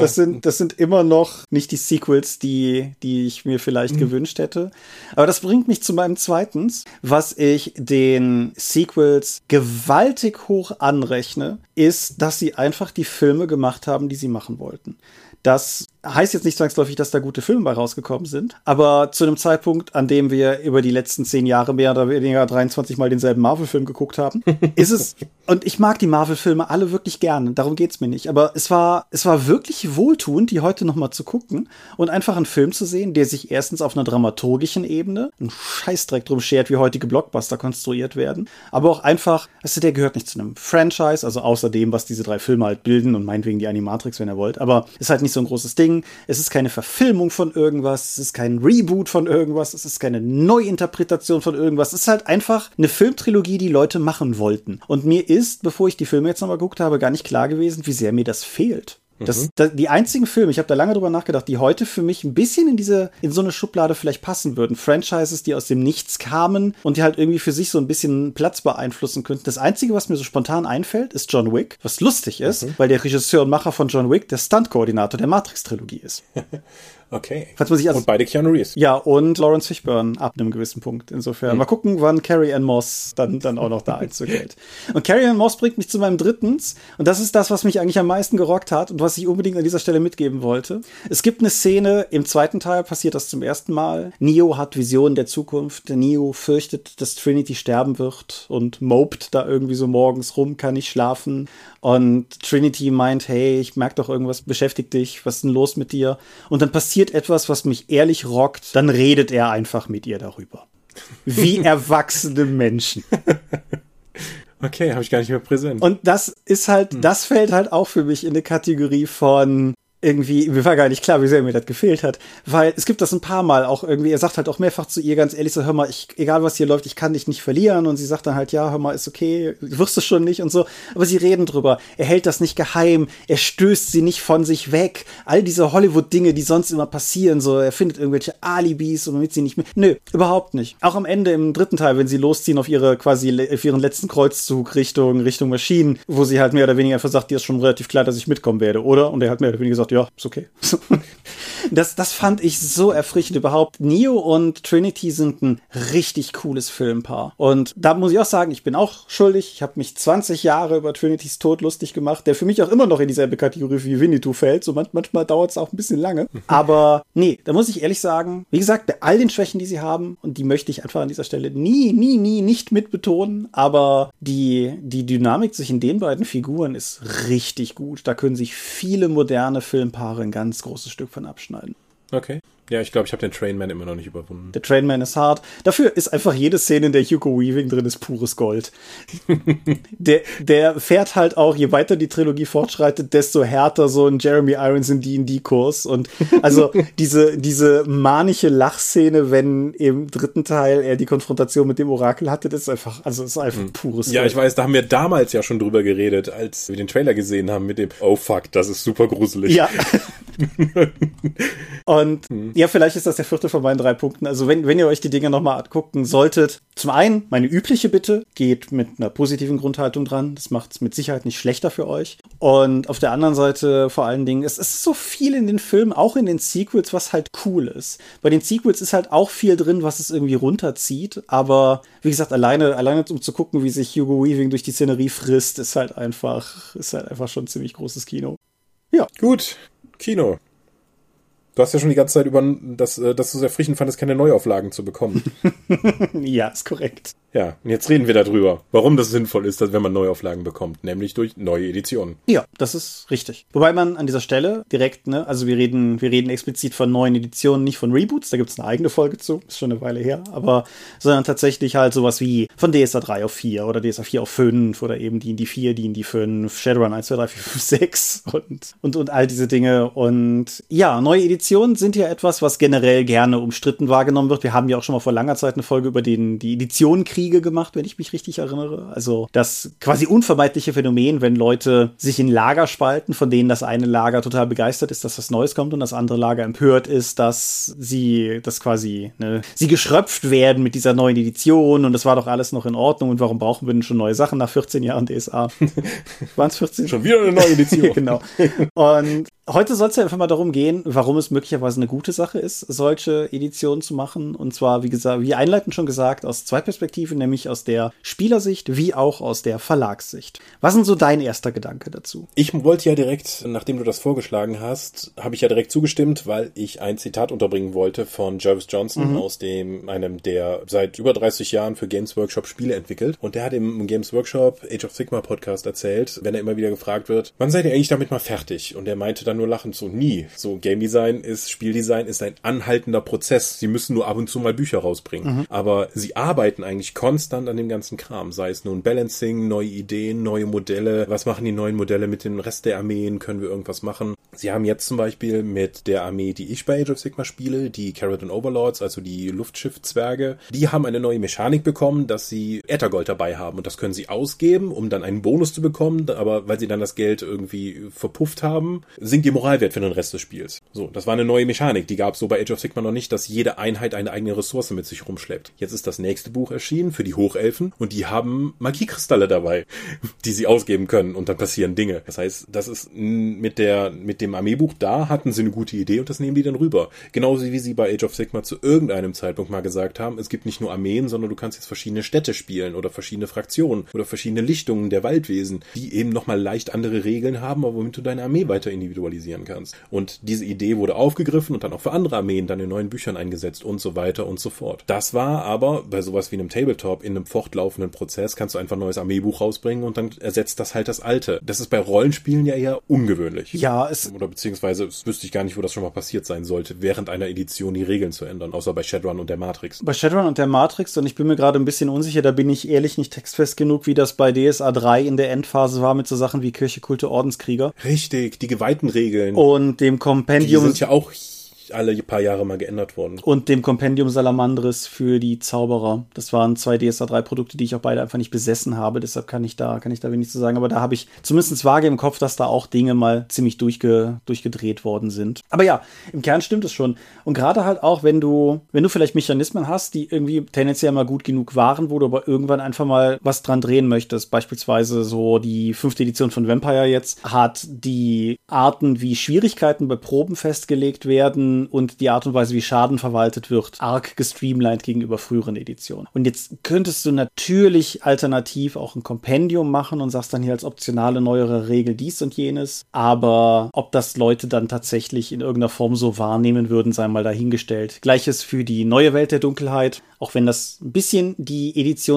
sind immer noch nicht die Sequels, die ich mir vielleicht gewünscht hätte. Aber das bringt mich zu meinem zweitens, was ich den Sequels gewaltig hoch anrechne, ist, dass sie einfach die Filme gemacht haben, die sie machen wollten. Das heißt jetzt nicht zwangsläufig, dass da gute Filme bei rausgekommen sind, aber zu einem Zeitpunkt, an dem wir über die letzten 10 Jahre mehr oder weniger 23 Mal denselben Marvel-Film geguckt haben, ist es, und ich mag die Marvel-Filme alle wirklich gerne, darum geht's mir nicht, aber es war wirklich wohltuend, die heute nochmal zu gucken und einfach einen Film zu sehen, der sich erstens auf einer dramaturgischen Ebene einen Scheißdreck drum schert, wie heutige Blockbuster konstruiert werden, aber auch einfach, also der gehört nicht zu einem Franchise, also außer dem, was diese 3 Filme halt bilden und meinetwegen die Animatrix, wenn ihr wollt, aber ist halt nicht so ein großes Ding. Es ist keine Verfilmung von irgendwas, es ist kein Reboot von irgendwas, es ist keine Neuinterpretation von irgendwas. Es ist halt einfach eine Filmtrilogie, die Leute machen wollten. Und mir ist, bevor ich die Filme jetzt nochmal geguckt habe, gar nicht klar gewesen, wie sehr mir das fehlt. Die einzigen Filme, ich habe da lange drüber nachgedacht, die heute für mich ein bisschen in so eine Schublade vielleicht passen würden. Franchises, die aus dem Nichts kamen und die halt irgendwie für sich so ein bisschen Platz beeinflussen könnten. Das Einzige, was mir so spontan einfällt, ist John Wick, was lustig ist, weil der Regisseur und Macher von John Wick der Stunt-Koordinator der Matrix-Trilogie ist. Okay. Falls man sich und beide Keanu Reeves. Ja, und Lawrence Fishburne ab einem gewissen Punkt. Insofern mal gucken, wann Carrie-Anne Moss dann auch noch da Einzug hält. Und Carrie-Anne Moss bringt mich zu meinem drittens. Und das ist das, was mich eigentlich am meisten gerockt hat und was ich unbedingt an dieser Stelle mitgeben wollte. Es gibt eine Szene, im zweiten Teil passiert das zum ersten Mal. Neo hat Visionen der Zukunft. Der Neo fürchtet, dass Trinity sterben wird und mopt da irgendwie so morgens rum, kann nicht schlafen. Und Trinity meint, hey, ich merke doch irgendwas, beschäftigt dich, was ist denn los mit dir? Und dann passiert etwas, was mich ehrlich rockt, dann redet er einfach mit ihr darüber. Wie erwachsene Menschen. Okay, habe ich gar nicht mehr präsent. Und das ist halt, das fällt halt auch für mich in eine Kategorie von irgendwie, mir war gar nicht klar, wie sehr mir das gefehlt hat, weil es gibt das ein paar Mal auch irgendwie, er sagt halt auch mehrfach zu ihr ganz ehrlich so, hör mal, egal was hier läuft, ich kann dich nicht verlieren, und sie sagt dann halt, ja, hör mal, ist okay, wirst du schon nicht und so, aber sie reden drüber, er hält das nicht geheim, er stößt sie nicht von sich weg, all diese Hollywood-Dinge, die sonst immer passieren, so, er findet irgendwelche Alibis, damit sie nicht mehr, nö, überhaupt nicht. Auch am Ende im dritten Teil, wenn sie losziehen auf ihren letzten Kreuzzug Richtung Maschinen, wo sie halt mehr oder weniger einfach sagt, dir ist schon relativ klar, dass ich mitkommen werde, oder? Und er hat mehr oder weniger gesagt, ja, ist okay. Das fand ich so erfrischend überhaupt. Neo und Trinity sind ein richtig cooles Filmpaar. Und da muss ich auch sagen, ich bin auch schuldig. Ich habe mich 20 Jahre über Trinitys Tod lustig gemacht, der für mich auch immer noch in dieselbe Kategorie wie Winnetou fällt. So manchmal dauert es auch ein bisschen lange. Aber nee, da muss ich ehrlich sagen, wie gesagt, bei all den Schwächen, die sie haben, und die möchte ich einfach an dieser Stelle nie nicht mitbetonen, aber die Dynamik zwischen den beiden Figuren ist richtig gut. Da können sich viele moderne Filmpaare ein ganz großes Stück von abschneiden. Okay. Ja, ich glaube, ich habe den Trainman immer noch nicht überwunden. Der Trainman ist hart. Dafür ist einfach jede Szene, in der Hugo Weaving drin ist, pures Gold. der fährt halt auch, je weiter die Trilogie fortschreitet, desto härter so ein Jeremy Irons in D&D-Kurs. Und also diese manische Lachszene, wenn im dritten Teil er die Konfrontation mit dem Orakel hatte, das ist einfach pures Gold. Ja, ich weiß, da haben wir damals ja schon drüber geredet, als wir den Trailer gesehen haben mit dem oh fuck, das ist super gruselig. Ja. Und ja, vielleicht ist das der 4. von meinen 3 Punkten. Also wenn ihr euch die Dinge nochmal angucken solltet, zum einen meine übliche Bitte, geht mit einer positiven Grundhaltung dran. Das macht es mit Sicherheit nicht schlechter für euch. Und auf der anderen Seite vor allen Dingen, es ist so viel in den Filmen, auch in den Sequels, was halt cool ist. Bei den Sequels ist halt auch viel drin, was es irgendwie runterzieht. Aber wie gesagt, alleine um zu gucken, wie sich Hugo Weaving durch die Szenerie frisst, ist halt einfach schon ziemlich großes Kino. Ja. Gut, Kino. Du hast ja schon die ganze Zeit dass du es erfrischend fandest, keine Neuauflagen zu bekommen. Ja, ist korrekt. Ja, und jetzt reden wir darüber, warum das sinnvoll ist, dass wenn man Neuauflagen bekommt, nämlich durch neue Editionen. Ja, das ist richtig. Wobei man an dieser Stelle direkt, also wir reden explizit von neuen Editionen, nicht von Reboots, da gibt es eine eigene Folge zu, ist schon eine Weile her, sondern tatsächlich halt sowas wie von DSA 3 auf 4 oder DSA 4 auf 5 oder eben D&D 4, D&D 5, Shadowrun 1, 2, 3, 4, 5, 6 und all diese Dinge. Und ja, neue Editionen sind ja etwas, was generell gerne umstritten wahrgenommen wird. Wir haben ja auch schon mal vor langer Zeit eine Folge über die Editionenkriege gemacht, wenn ich mich richtig erinnere. Also das quasi unvermeidliche Phänomen, wenn Leute sich in Lager spalten, von denen das eine Lager total begeistert ist, dass was Neues kommt und das andere Lager empört ist, dass sie geschröpft werden mit dieser neuen Edition und das war doch alles noch in Ordnung und warum brauchen wir denn schon neue Sachen nach 14 Jahren DSA? Waren es 14? Schon wieder eine neue Edition. Genau. Und heute soll es ja einfach mal darum gehen, warum es möglicherweise eine gute Sache ist, solche Editionen zu machen. Und zwar, wie gesagt, wie einleitend schon gesagt, aus 2 Perspektiven, nämlich aus der Spielersicht wie auch aus der Verlagssicht. Was ist so dein erster Gedanke dazu? Ich wollte ja direkt, nachdem du das vorgeschlagen hast, habe ich ja direkt zugestimmt, weil ich ein Zitat unterbringen wollte von Jervis Johnson aus einem, der seit über 30 Jahren für Games Workshop Spiele entwickelt. Und der hat im Games Workshop Age of Sigmar Podcast erzählt, wenn er immer wieder gefragt wird, wann seid ihr eigentlich damit mal fertig? Und er meinte dann nur lachend so, nie. So, Game Design Spieldesign ist ein anhaltender Prozess. Sie müssen nur ab und zu mal Bücher rausbringen. Aber sie arbeiten eigentlich konstant an dem ganzen Kram. Sei es nun Balancing, neue Ideen, neue Modelle. Was machen die neuen Modelle mit dem Rest der Armeen? Können wir irgendwas machen? Sie haben jetzt zum Beispiel mit der Armee, die ich bei Age of Sigmar spiele, die Keratin Overlords, also die Luftschiffzwerge, die haben eine neue Mechanik bekommen, dass sie Äthergold dabei haben. Und das können sie ausgeben, um dann einen Bonus zu bekommen. Aber weil sie dann das Geld irgendwie verpufft haben, sinkt ihr Moralwert für den Rest des Spiels. So, das war eine neue Mechanik. Die gab es so bei Age of Sigmar noch nicht, dass jede Einheit eine eigene Ressource mit sich rumschleppt. Jetzt ist das nächste Buch erschienen für die Hochelfen und die haben Magiekristalle dabei, die sie ausgeben können und dann passieren Dinge. Das heißt, das ist mit dem Armeebuch, da hatten sie eine gute Idee und das nehmen die dann rüber. Genauso wie sie bei Age of Sigmar zu irgendeinem Zeitpunkt mal gesagt haben, es gibt nicht nur Armeen, sondern du kannst jetzt verschiedene Städte spielen oder verschiedene Fraktionen oder verschiedene Lichtungen der Waldwesen, die eben nochmal leicht andere Regeln haben, aber womit du deine Armee weiter individualisieren kannst. Und diese Idee wurde aufgegriffen und dann auch für andere Armeen dann in neuen Büchern eingesetzt und so weiter und so fort. Das war aber bei sowas wie einem Tabletop in einem fortlaufenden Prozess, kannst du einfach ein neues Armeebuch rausbringen und dann ersetzt das halt das alte. Das ist bei Rollenspielen ja eher ungewöhnlich. Ja, oder beziehungsweise wüsste ich gar nicht, wo das schon mal passiert sein sollte, während einer Edition die Regeln zu ändern, außer bei Shadowrun und der Matrix. Bei Shadowrun und der Matrix, und ich bin mir gerade ein bisschen unsicher, da bin ich ehrlich nicht textfest genug, wie das bei DSA 3 in der Endphase war mit so Sachen wie Kirche, Kulte, Ordenskrieger. Richtig, die geweihten Regeln. Und dem Kompendium. Die sind ja auch alle paar Jahre mal geändert worden. Und dem Compendium Salamandris für die Zauberer. Das waren 2 DSA 3 Produkte, die ich auch beide einfach nicht besessen habe, deshalb kann ich da wenig zu sagen, aber da habe ich zumindest vage im Kopf, dass da auch Dinge mal ziemlich durchgedreht worden sind. Aber ja, im Kern stimmt es schon. Und gerade halt auch, wenn du vielleicht Mechanismen hast, die irgendwie tendenziell mal gut genug waren, wo du aber irgendwann einfach mal was dran drehen möchtest. Beispielsweise so die 5. Edition von Vampire jetzt hat die Arten, wie Schwierigkeiten bei Proben festgelegt werden und die Art und Weise, wie Schaden verwaltet wird, arg gestreamlined gegenüber früheren Editionen. Und jetzt könntest du natürlich alternativ auch ein Kompendium machen und sagst dann hier als optionale neuere Regel dies und jenes. Aber ob das Leute dann tatsächlich in irgendeiner Form so wahrnehmen würden, sei mal dahingestellt. Gleiches für die neue Welt der Dunkelheit, auch wenn das ein bisschen die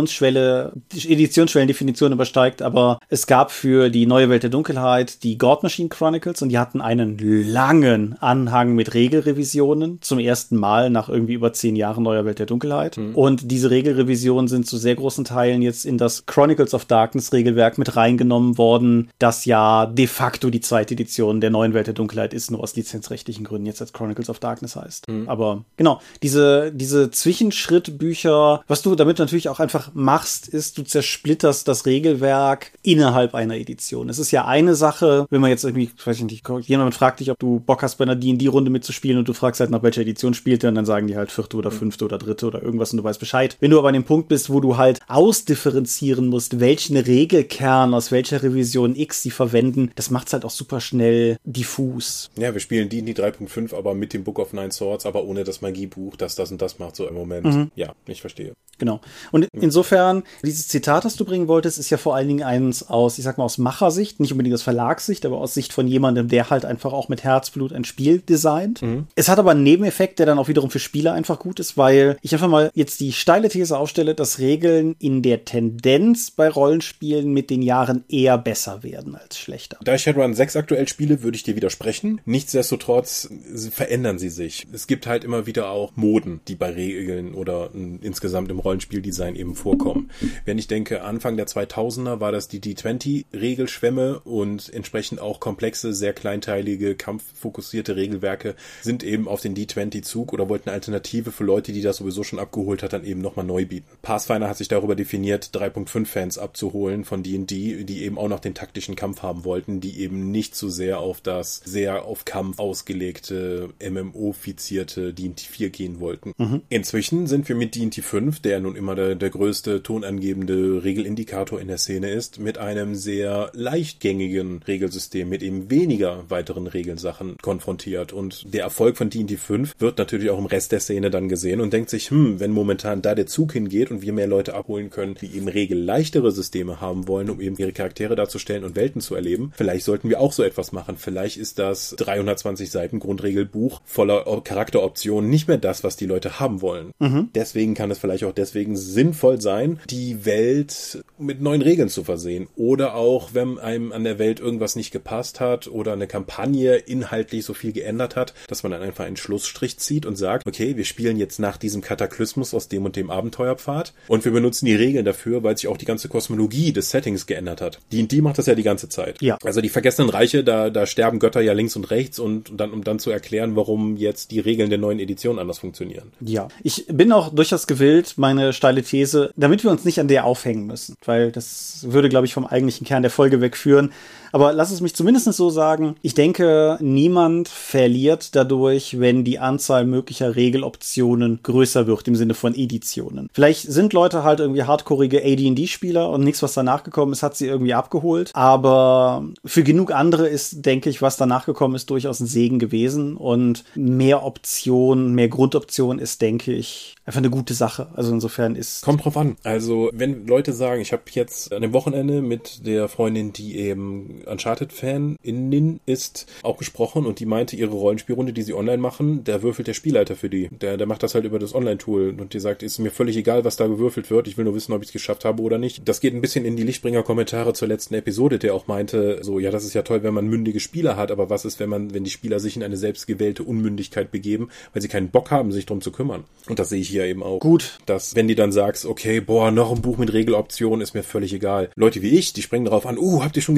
Editionsschwellendefinition übersteigt, aber es gab für die neue Welt der Dunkelheit die God Machine Chronicles und die hatten einen langen Anhang mit Regelrevisionen, zum ersten Mal nach irgendwie über 10 Jahren neuer Welt der Dunkelheit. Und diese Regelrevisionen sind zu sehr großen Teilen jetzt in das Chronicles of Darkness Regelwerk mit reingenommen worden, das ja de facto die 2. Edition der neuen Welt der Dunkelheit ist, nur aus lizenzrechtlichen Gründen jetzt als Chronicles of Darkness heißt. Aber genau, diese Zwischenschrittbücher, was du damit natürlich auch einfach machst, ist, du zersplitterst das Regelwerk innerhalb einer Edition. Es ist ja eine Sache, wenn man jetzt irgendwie, weiß ich nicht, jemand fragt dich, ob du Bock hast, bei einer D&D-Runde mitzuspielen und du fragst halt, nach welcher Edition spielt er und dann sagen die halt 4. oder 5. oder 3. oder irgendwas und du weißt Bescheid. Wenn du aber an dem Punkt bist, wo du halt ausdifferenzieren musst, welchen Regelkern aus welcher Revision X sie verwenden, das macht's halt auch super schnell diffus. Ja, wir spielen D&D 3.5, aber mit dem Book of Nine Swords, aber ohne das Magiebuch, das und das macht so im Moment. Ja, ich verstehe. Genau. Und insofern, dieses Zitat, das du bringen wolltest, ist ja vor allen Dingen eins aus, ich sag mal, aus Machersicht, nicht unbedingt aus Verlagssicht, aber aus Sicht von jemandem, der halt einfach auch mit Herzblut ein Spiel designt. Es hat aber einen Nebeneffekt, der dann auch wiederum für Spieler einfach gut ist, weil ich einfach mal jetzt die steile These aufstelle, dass Regeln in der Tendenz bei Rollenspielen mit den Jahren eher besser werden als schlechter. Da ich Shadowrun 6 aktuell spiele, würde ich dir widersprechen. Nichtsdestotrotz verändern sie sich. Es gibt halt immer wieder auch Moden, die bei Regeln oder insgesamt im Rollenspieldesign eben vorkommen. Wenn ich denke, Anfang der 2000er war das die D20-Regelschwemme und entsprechend auch komplexe, sehr kleinteilige, kampffokussierte Regelwerke sind eben auf den D20-Zug oder wollten eine Alternative für Leute, die das sowieso schon abgeholt hat, dann eben nochmal neu bieten. Pathfinder hat sich darüber definiert, 3.5-Fans abzuholen von D&D, die eben auch noch den taktischen Kampf haben wollten, die eben nicht so sehr auf das sehr auf Kampf ausgelegte, MMO-fizierte D&D 4 gehen wollten. Inzwischen sind wir mit D&D 5, der nun immer der größte tonangebende Regelindikator in der Szene ist, mit einem sehr leichtgängigen Regelsystem, mit eben weniger weiteren Regelsachen konfrontiert. Und der Erfolg von D&D 5 wird natürlich auch im Rest der Szene dann gesehen und denkt sich, wenn momentan da der Zug hingeht und wir mehr Leute abholen können, die eben regelleichtere Systeme haben wollen, um eben ihre Charaktere darzustellen und Welten zu erleben, vielleicht sollten wir auch so etwas machen. Vielleicht ist das 320 Seiten Grundregelbuch voller Charakteroptionen nicht mehr das, was die Leute haben wollen. Deswegen kann es vielleicht auch deswegen sinnvoll sein, die Welt mit neuen Regeln zu versehen. Oder auch, wenn einem an der Welt irgendwas nicht gepasst hat oder eine Kampagne inhaltlich so viel geändert hat, dass man dann einfach einen Schlussstrich zieht und sagt, okay, wir spielen jetzt nach diesem Kataklysmus aus dem und dem Abenteuerpfad und wir benutzen die Regeln dafür, weil sich auch die ganze Kosmologie des Settings geändert hat. D&D macht das ja die ganze Zeit. Ja. Also die vergessenen Reiche, da sterben Götter ja links und rechts und dann, um dann zu erklären, warum jetzt die Regeln der neuen Edition anders funktionieren. Ja, ich bin auch durchaus gewillt, meine steile These, damit wir uns nicht an der aufhängen müssen, weil das würde, glaube ich, vom eigentlichen Kern der Folge wegführen. Aber lass es mich zumindest so sagen, ich denke, niemand verliert dadurch, wenn die Anzahl möglicher Regeloptionen größer wird, im Sinne von Editionen. Vielleicht sind Leute halt irgendwie hardcoreige AD&D-Spieler und nichts, was danach gekommen ist, hat sie irgendwie abgeholt. Aber für genug andere ist, denke ich, was danach gekommen ist, durchaus ein Segen gewesen. Und mehr Optionen, mehr Grundoptionen ist, denke ich, einfach eine gute Sache. Also insofern ist... Kommt drauf an. Also wenn Leute sagen, ich habe jetzt an dem Wochenende mit der Freundin, die eben Uncharted-Fan ist, auch gesprochen und die meinte, ihre Rollenspielrunde, die sie online machen, der würfelt der Spielleiter für die. Der macht das halt über das Online-Tool und die sagt, ist mir völlig egal, was da gewürfelt wird, ich will nur wissen, ob ich es geschafft habe oder nicht. Das geht ein bisschen in die Lichtbringer-Kommentare zur letzten Episode, der auch meinte, so, ja, das ist ja toll, wenn man mündige Spieler hat, aber was ist, wenn die Spieler sich in eine selbstgewählte Unmündigkeit begeben, weil sie keinen Bock haben, sich drum zu kümmern. Und das sehe ich hier eben auch. Gut. Dass, wenn die dann sagst, okay, noch ein Buch mit Regeloptionen, ist mir völlig egal. Leute wie ich, die springen darauf an, habt ihr schon gesehen, es gibt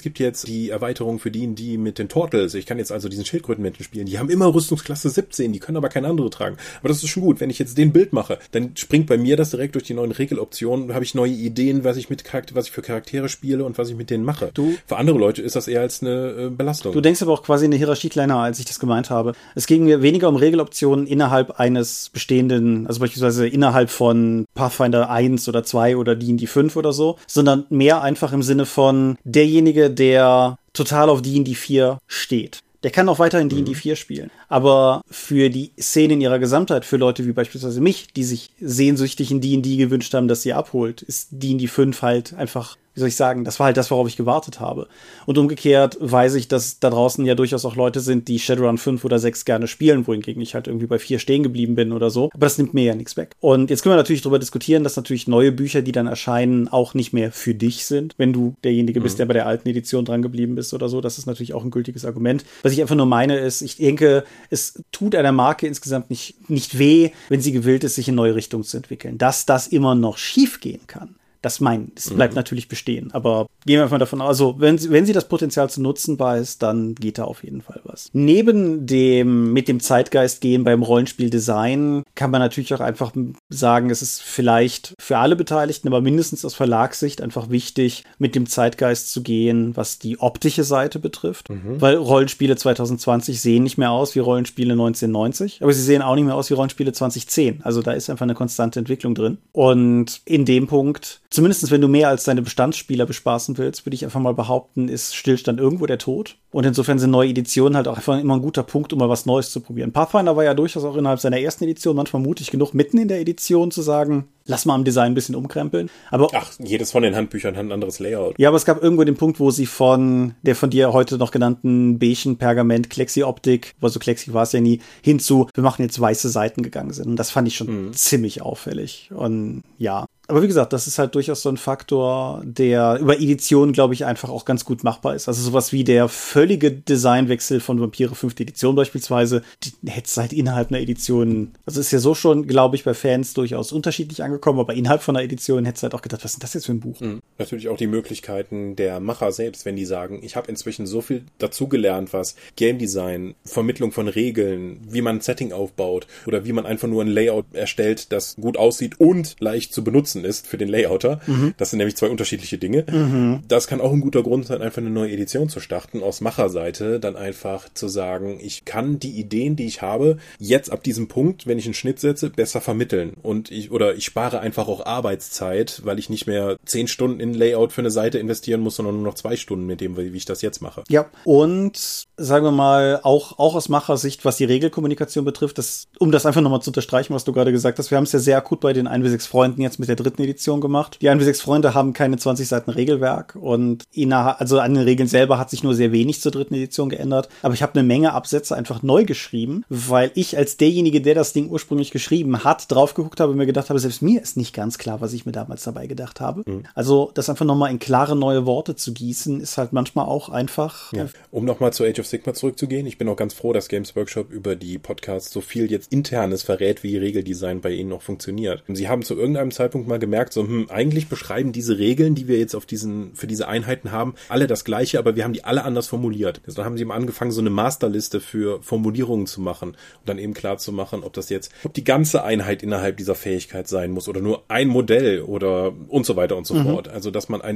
gibt jetzt die Erweiterung für die mit den Turtles. Ich kann jetzt also diesen Schildkrötenmenschen spielen. Die haben immer Rüstungsklasse 17, die können aber keine andere tragen. Aber das ist schon gut. Wenn ich jetzt den Bild mache, dann springt bei mir das direkt durch die neuen Regeloptionen. Habe ich neue Ideen, was ich für Charaktere spiele und was ich mit denen mache. Für andere Leute ist das eher als eine Belastung. Du denkst aber auch quasi eine Hierarchie kleiner, als ich das gemeint habe. Es ging mir weniger um Regeloptionen innerhalb eines bestehenden, also beispielsweise innerhalb von Pathfinder 1 oder 2 oder D&D 5 oder so, sondern mehr einfach im Sinne von derjenige, der total auf D&D 4 steht. Der kann auch weiterhin D&D 4 spielen. Aber für die Szene in ihrer Gesamtheit, für Leute wie beispielsweise mich, die sich sehnsüchtig in D&D gewünscht haben, dass sie abholt, ist D&D 5 halt einfach, wie soll ich sagen, das war halt das, worauf ich gewartet habe. Und umgekehrt weiß ich, dass da draußen ja durchaus auch Leute sind, die Shadowrun 5 oder 6 gerne spielen, wohingegen ich halt irgendwie bei 4 stehen geblieben bin oder so. Aber das nimmt mir ja nichts weg. Und jetzt können wir natürlich darüber diskutieren, dass natürlich neue Bücher, die dann erscheinen, auch nicht mehr für dich sind, wenn du derjenige bist, der bei der alten Edition dran geblieben bist oder so. Das ist natürlich auch ein gültiges Argument. Was ich einfach nur meine ist, ich denke, es tut einer Marke insgesamt nicht weh, wenn sie gewillt ist, sich in neue Richtungen zu entwickeln. Dass das immer noch schief gehen kann, das bleibt natürlich bestehen. Aber gehen wir einfach davon aus, also wenn sie das Potenzial zu nutzen weiß, dann geht da auf jeden Fall was. Neben dem mit dem Zeitgeist gehen beim Rollenspieldesign kann man natürlich auch einfach sagen, es ist vielleicht für alle Beteiligten, aber mindestens aus Verlagssicht einfach wichtig, mit dem Zeitgeist zu gehen, was die optische Seite betrifft. Weil Rollenspiele 2020 sehen nicht mehr aus wie Rollenspiele 1990, aber sie sehen auch nicht mehr aus wie Rollenspiele 2010. Also da ist einfach eine konstante Entwicklung drin. Und in dem Punkt, zumindest wenn du mehr als deine Bestandsspieler bespaßen willst, würde ich einfach mal behaupten, ist Stillstand irgendwo der Tod. Und insofern sind neue Editionen halt auch einfach immer ein guter Punkt, um mal was Neues zu probieren. Pathfinder war ja durchaus auch innerhalb seiner ersten Edition manchmal mutig genug, mitten in der Edition zu sagen, lass mal am Design ein bisschen umkrempeln. Aber jedes von den Handbüchern hat ein anderes Layout. Ja, aber es gab irgendwo den Punkt, wo sie von der von dir heute noch genannten beigen Pergament Klexi-Optik, also Klexi war es ja nie, hinzu, wir machen jetzt weiße Seiten gegangen sind. Und das fand ich schon ziemlich auffällig. Und ja. Aber wie gesagt, das ist halt durchaus so ein Faktor, der über Editionen, glaube ich, einfach auch ganz gut machbar ist. Also sowas wie der völlige Designwechsel von Vampire 5. Edition beispielsweise, die hätte es halt innerhalb einer Edition, also ist ja so schon, glaube ich, bei Fans durchaus unterschiedlich angekommen, aber innerhalb von einer Edition hätte es halt auch gedacht, was ist denn das jetzt für ein Buch? Natürlich auch die Möglichkeiten der Macher selbst, wenn die sagen, ich habe inzwischen so viel dazugelernt, was Game Design, Vermittlung von Regeln, wie man ein Setting aufbaut oder wie man einfach nur ein Layout erstellt, das gut aussieht und leicht zu benutzen ist für den Layouter. Das sind nämlich zwei unterschiedliche Dinge. Das kann auch ein guter Grund sein, einfach eine neue Edition zu starten, aus Macherseite dann einfach zu sagen, ich kann die Ideen, die ich habe, jetzt ab diesem Punkt, wenn ich einen Schnitt setze, besser vermitteln. Und ich spare einfach auch Arbeitszeit, weil ich nicht mehr 10 Stunden in Layout für eine Seite investieren muss, sondern nur noch 2 Stunden mit dem, wie ich das jetzt mache. Ja, und sagen wir mal, auch aus Machersicht, was die Regelkommunikation betrifft, um das einfach nochmal zu unterstreichen, was du gerade gesagt hast, wir haben es ja sehr akut bei den 1W6 Freunden jetzt mit der 3. Edition gemacht. Die 1W6 Freunde haben keine 20 Seiten Regelwerk und also an den Regeln selber hat sich nur sehr wenig zur 3. Edition geändert, aber ich habe eine Menge Absätze einfach neu geschrieben, weil ich als derjenige, der das Ding ursprünglich geschrieben hat, drauf geguckt habe und mir gedacht habe, selbst mir ist nicht ganz klar, was ich mir damals dabei gedacht habe. Also das einfach nochmal in klare neue Worte zu gießen, ist halt manchmal auch einfach... Ja. Um nochmal zu Age of Sigmar zurückzugehen, ich bin auch ganz froh, dass Games Workshop über die Podcasts so viel jetzt Internes verrät, wie Regeldesign bei ihnen noch funktioniert. Sie haben zu irgendeinem Zeitpunkt mal gemerkt, so, eigentlich beschreiben diese Regeln, die wir jetzt für diese Einheiten haben, alle das Gleiche, aber wir haben die alle anders formuliert. Also dann haben sie mal angefangen, so eine Masterliste für Formulierungen zu machen und dann eben klar zu machen, ob die ganze Einheit innerhalb dieser Fähigkeit sein muss oder nur ein Modell oder und so weiter und so fort. Also, dass man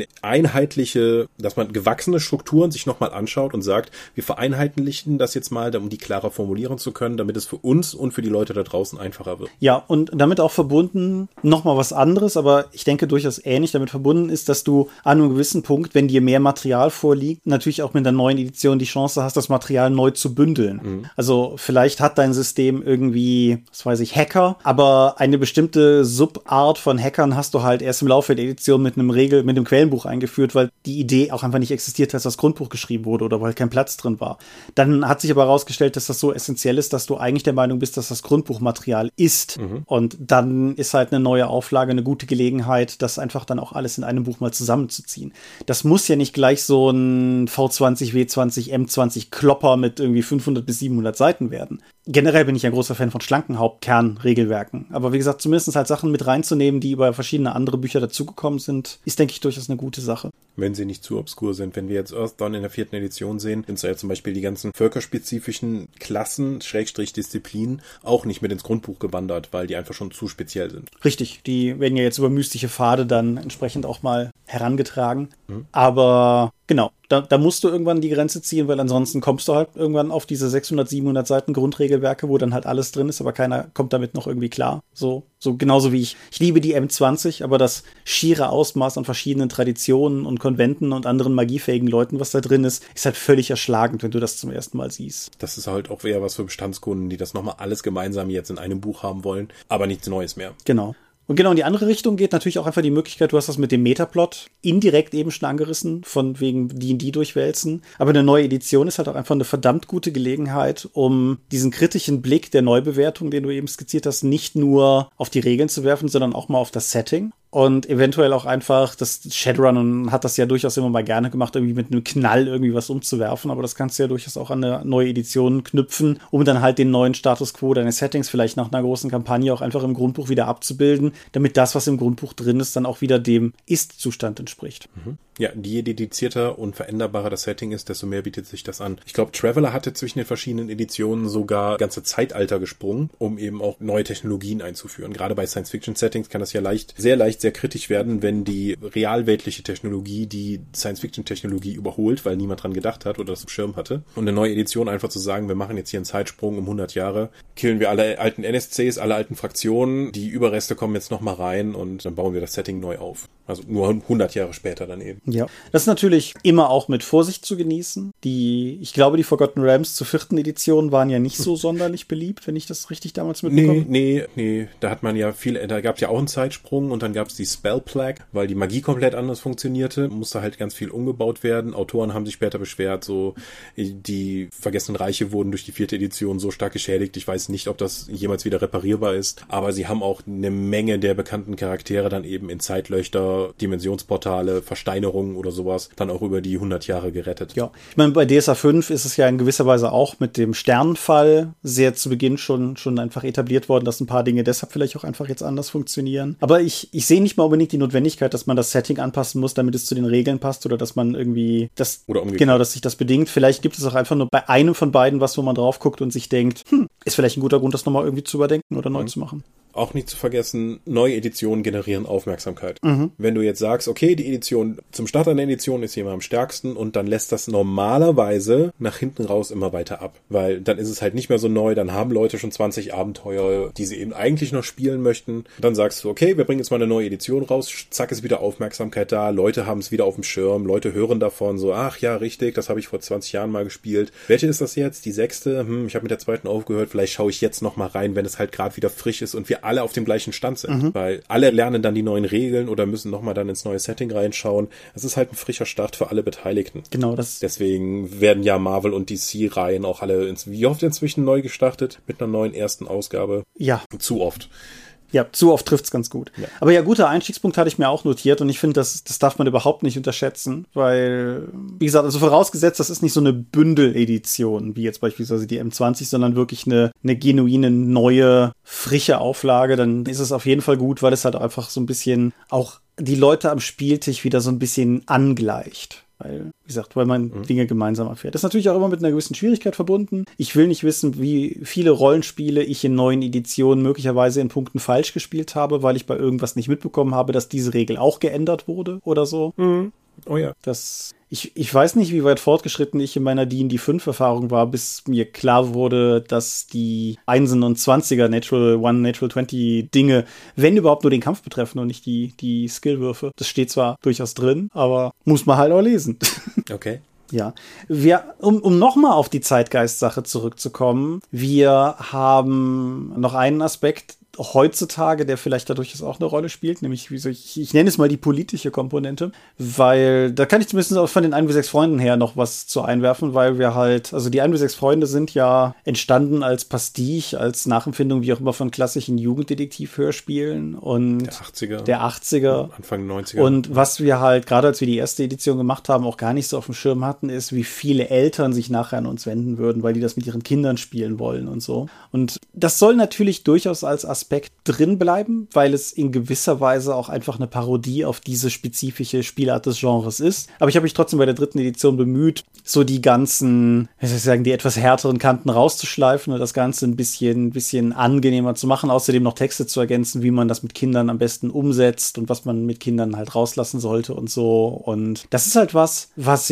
dass man gewachsene Strukturen sich nochmal anschaut und sagt, wir vereinheitlichen das jetzt mal, um die klarer formulieren zu können, damit es für uns und für die Leute da draußen einfacher wird. Ja, und damit auch verbunden nochmal was anderes, aber ich denke durchaus ähnlich damit verbunden ist, dass du an einem gewissen Punkt, wenn dir mehr Material vorliegt, natürlich auch mit der neuen Edition die Chance hast, das Material neu zu bündeln. Also vielleicht hat dein System irgendwie, was weiß ich, Hacker, aber eine bestimmte Subart von Hackern hast du halt erst im Laufe der Edition mit einem Quellenbuch eingeführt, weil die Idee auch einfach nicht existiert, als das Grundbuch geschrieben wurde oder weil kein Platz drin war. Dann hat sich aber herausgestellt, dass das so essentiell ist, dass du eigentlich der Meinung bist, dass das Grundbuchmaterial ist. Und dann ist halt eine neue Auflage eine gute Gelegenheit, das einfach dann auch alles in einem Buch mal zusammenzuziehen. Das muss ja nicht gleich so ein V20, W20, M20 Klopper mit irgendwie 500 bis 700 Seiten werden. generell bin ich ein großer Fan von schlanken Hauptkernregelwerken. Aber wie gesagt, zumindest halt Sachen mit reinzunehmen, die über verschiedene andere Bücher dazugekommen sind, ist, denke ich, durchaus eine gute Sache. Wenn sie nicht zu obskur sind. Wenn wir jetzt Earthdawn in der 4. Edition sehen, sind ja zum Beispiel die ganzen völkerspezifischen Klassen, Disziplinen, auch nicht mit ins Grundbuch gewandert, weil die einfach schon zu speziell sind. Richtig, die werden ja jetzt über mystische Pfade dann entsprechend auch mal herangetragen. Aber genau, da musst du irgendwann die Grenze ziehen, weil ansonsten kommst du halt irgendwann auf diese 600, 700 Seiten Grundregelwerke, wo dann halt alles drin ist, aber keiner kommt damit noch irgendwie klar. So genauso wie ich liebe die M20, aber das schiere Ausmaß an verschiedenen Traditionen und Konventen und anderen magiefähigen Leuten, was da drin ist halt völlig erschlagend, wenn du das zum ersten Mal siehst. Das ist halt auch eher was für Bestandskunden, die das nochmal alles gemeinsam jetzt in einem Buch haben wollen, aber nichts Neues mehr. Genau. Und genau in die andere Richtung geht natürlich auch einfach die Möglichkeit, du hast das mit dem Metaplot indirekt eben schon angerissen, von wegen D&D durchwälzen. Aber eine neue Edition ist halt auch einfach eine verdammt gute Gelegenheit, um diesen kritischen Blick der Neubewertung, den du eben skizziert hast, nicht nur auf die Regeln zu werfen, sondern auch mal auf das Setting. Und eventuell auch einfach, das Shadowrun hat das ja durchaus immer mal gerne gemacht, irgendwie mit einem Knall irgendwie was umzuwerfen, aber das kannst du ja durchaus auch an eine neue Edition knüpfen, um dann halt den neuen Status quo deines Settings vielleicht nach einer großen Kampagne auch einfach im Grundbuch wieder abzubilden, damit das, was im Grundbuch drin ist, dann auch wieder dem Ist-Zustand entspricht. Ja, je dedizierter und veränderbarer das Setting ist, desto mehr bietet sich das an. Ich glaube, Traveller hatte zwischen den verschiedenen Editionen sogar ganze Zeitalter gesprungen, um eben auch neue Technologien einzuführen. Gerade bei Science-Fiction-Settings kann das ja sehr kritisch werden, wenn die realweltliche Technologie die Science-Fiction-Technologie überholt, weil niemand dran gedacht hat oder das im Schirm hatte. Und eine neue Edition einfach zu sagen, wir machen jetzt hier einen Zeitsprung um 100 Jahre, killen wir alle alten NSCs, alle alten Fraktionen, die Überreste kommen jetzt nochmal rein und dann bauen wir das Setting neu auf. Also nur 100 Jahre später dann eben. Ja, das ist natürlich immer auch mit Vorsicht zu genießen. Ich glaube, die Forgotten Realms zur 4. Edition waren ja nicht so sonderlich beliebt, wenn ich das richtig damals mitbekomme. Nee, da hat man ja da gab es ja auch einen Zeitsprung und dann gab es die Spell Plague, weil die Magie komplett anders funktionierte, musste halt ganz viel umgebaut werden. Autoren haben sich später beschwert, so die Vergessenen Reiche wurden durch die 4. Edition so stark geschädigt. Ich weiß nicht, ob das jemals wieder reparierbar ist, aber sie haben auch eine Menge der bekannten Charaktere dann eben in Zeitlöcher, Dimensionsportale, Versteinerungen oder sowas dann auch über die 100 Jahre gerettet. Ja, ich meine, bei DSA 5 ist es ja in gewisser Weise auch mit dem Sternenfall sehr zu Beginn schon einfach etabliert worden, dass ein paar Dinge deshalb vielleicht auch einfach jetzt anders funktionieren. Aber ich sehe nicht mal unbedingt die Notwendigkeit, dass man das Setting anpassen muss, damit es zu den Regeln passt oder dass man irgendwie dass sich das bedingt. Vielleicht gibt es auch einfach nur bei einem von beiden was, wo man drauf guckt und sich denkt, ist vielleicht ein guter Grund, das nochmal irgendwie zu überdenken oder neu zu machen. Auch nicht zu vergessen, neue Editionen generieren Aufmerksamkeit. Wenn du jetzt sagst, okay, die Edition, zum Start einer Edition ist jemand am stärksten und dann lässt das normalerweise nach hinten raus immer weiter ab. Weil dann ist es halt nicht mehr so neu, dann haben Leute schon 20 Abenteuer, die sie eben eigentlich noch spielen möchten. Dann sagst du, okay, wir bringen jetzt mal eine neue Edition raus, zack, ist wieder Aufmerksamkeit da, Leute haben es wieder auf dem Schirm, Leute hören davon so, ach ja, richtig, das habe ich vor 20 Jahren mal gespielt. Welche ist das jetzt? Die 6.? Ich habe mit der 2. aufgehört, vielleicht schaue ich jetzt noch mal rein, wenn es halt gerade wieder frisch ist und wir alle auf dem gleichen Stand sind, weil alle lernen dann die neuen Regeln oder müssen nochmal dann ins neue Setting reinschauen. Es ist halt ein frischer Start für alle Beteiligten. Genau, das. Deswegen werden ja Marvel und DC-Reihen auch alle wie oft inzwischen neu gestartet mit einer neuen ersten Ausgabe? Ja. Zu oft. Ja, zu oft trifft's ganz gut. Ja. Aber ja, guter Einstiegspunkt hatte ich mir auch notiert und ich finde, das darf man überhaupt nicht unterschätzen, weil, wie gesagt, also vorausgesetzt, das ist nicht so eine Bündel-Edition, wie jetzt beispielsweise die M20, sondern wirklich eine genuine, neue, frische Auflage, dann ist es auf jeden Fall gut, weil es halt einfach so ein bisschen auch die Leute am Spieltisch wieder so ein bisschen angleicht. Weil man Dinge gemeinsam erfährt. Das ist natürlich auch immer mit einer gewissen Schwierigkeit verbunden. Ich will nicht wissen, wie viele Rollenspiele ich in neuen Editionen möglicherweise in Punkten falsch gespielt habe, weil ich bei irgendwas nicht mitbekommen habe, dass diese Regel auch geändert wurde oder so. Oh ja. Ich weiß nicht, wie weit fortgeschritten ich in meiner D&D 5-Erfahrung war, bis mir klar wurde, dass die 1er und 20er Natural 1, Natural 20 Dinge, wenn überhaupt, nur den Kampf betreffen und nicht die Skillwürfe. Das steht zwar durchaus drin, aber muss man halt auch lesen. Okay. Ja, um nochmal auf die Zeitgeist-Sache zurückzukommen, wir haben noch einen Aspekt, heutzutage, der vielleicht dadurch auch eine Rolle spielt, nämlich, ich nenne es mal die politische Komponente, weil da kann ich zumindest auch von den 1-6 Freunden her noch was zu einwerfen, weil wir halt, also die 1-6 Freunde sind ja entstanden als Pastiche, als Nachempfindung, wie auch immer, von klassischen Jugenddetektiv-Hörspielen und der 80er. Anfang 90er. Und was wir halt, gerade als wir die erste Edition gemacht haben, auch gar nicht so auf dem Schirm hatten, ist, wie viele Eltern sich nachher an uns wenden würden, weil die das mit ihren Kindern spielen wollen und so. Und das soll natürlich durchaus als Aspekt drin bleiben, weil es in gewisser Weise auch einfach eine Parodie auf diese spezifische Spielart des Genres ist. Aber ich habe mich trotzdem bei der 3. Edition bemüht, so die ganzen, wie soll ich sagen, die etwas härteren Kanten rauszuschleifen und das Ganze ein bisschen angenehmer zu machen. Außerdem noch Texte zu ergänzen, wie man das mit Kindern am besten umsetzt und was man mit Kindern halt rauslassen sollte und so. Und das ist halt was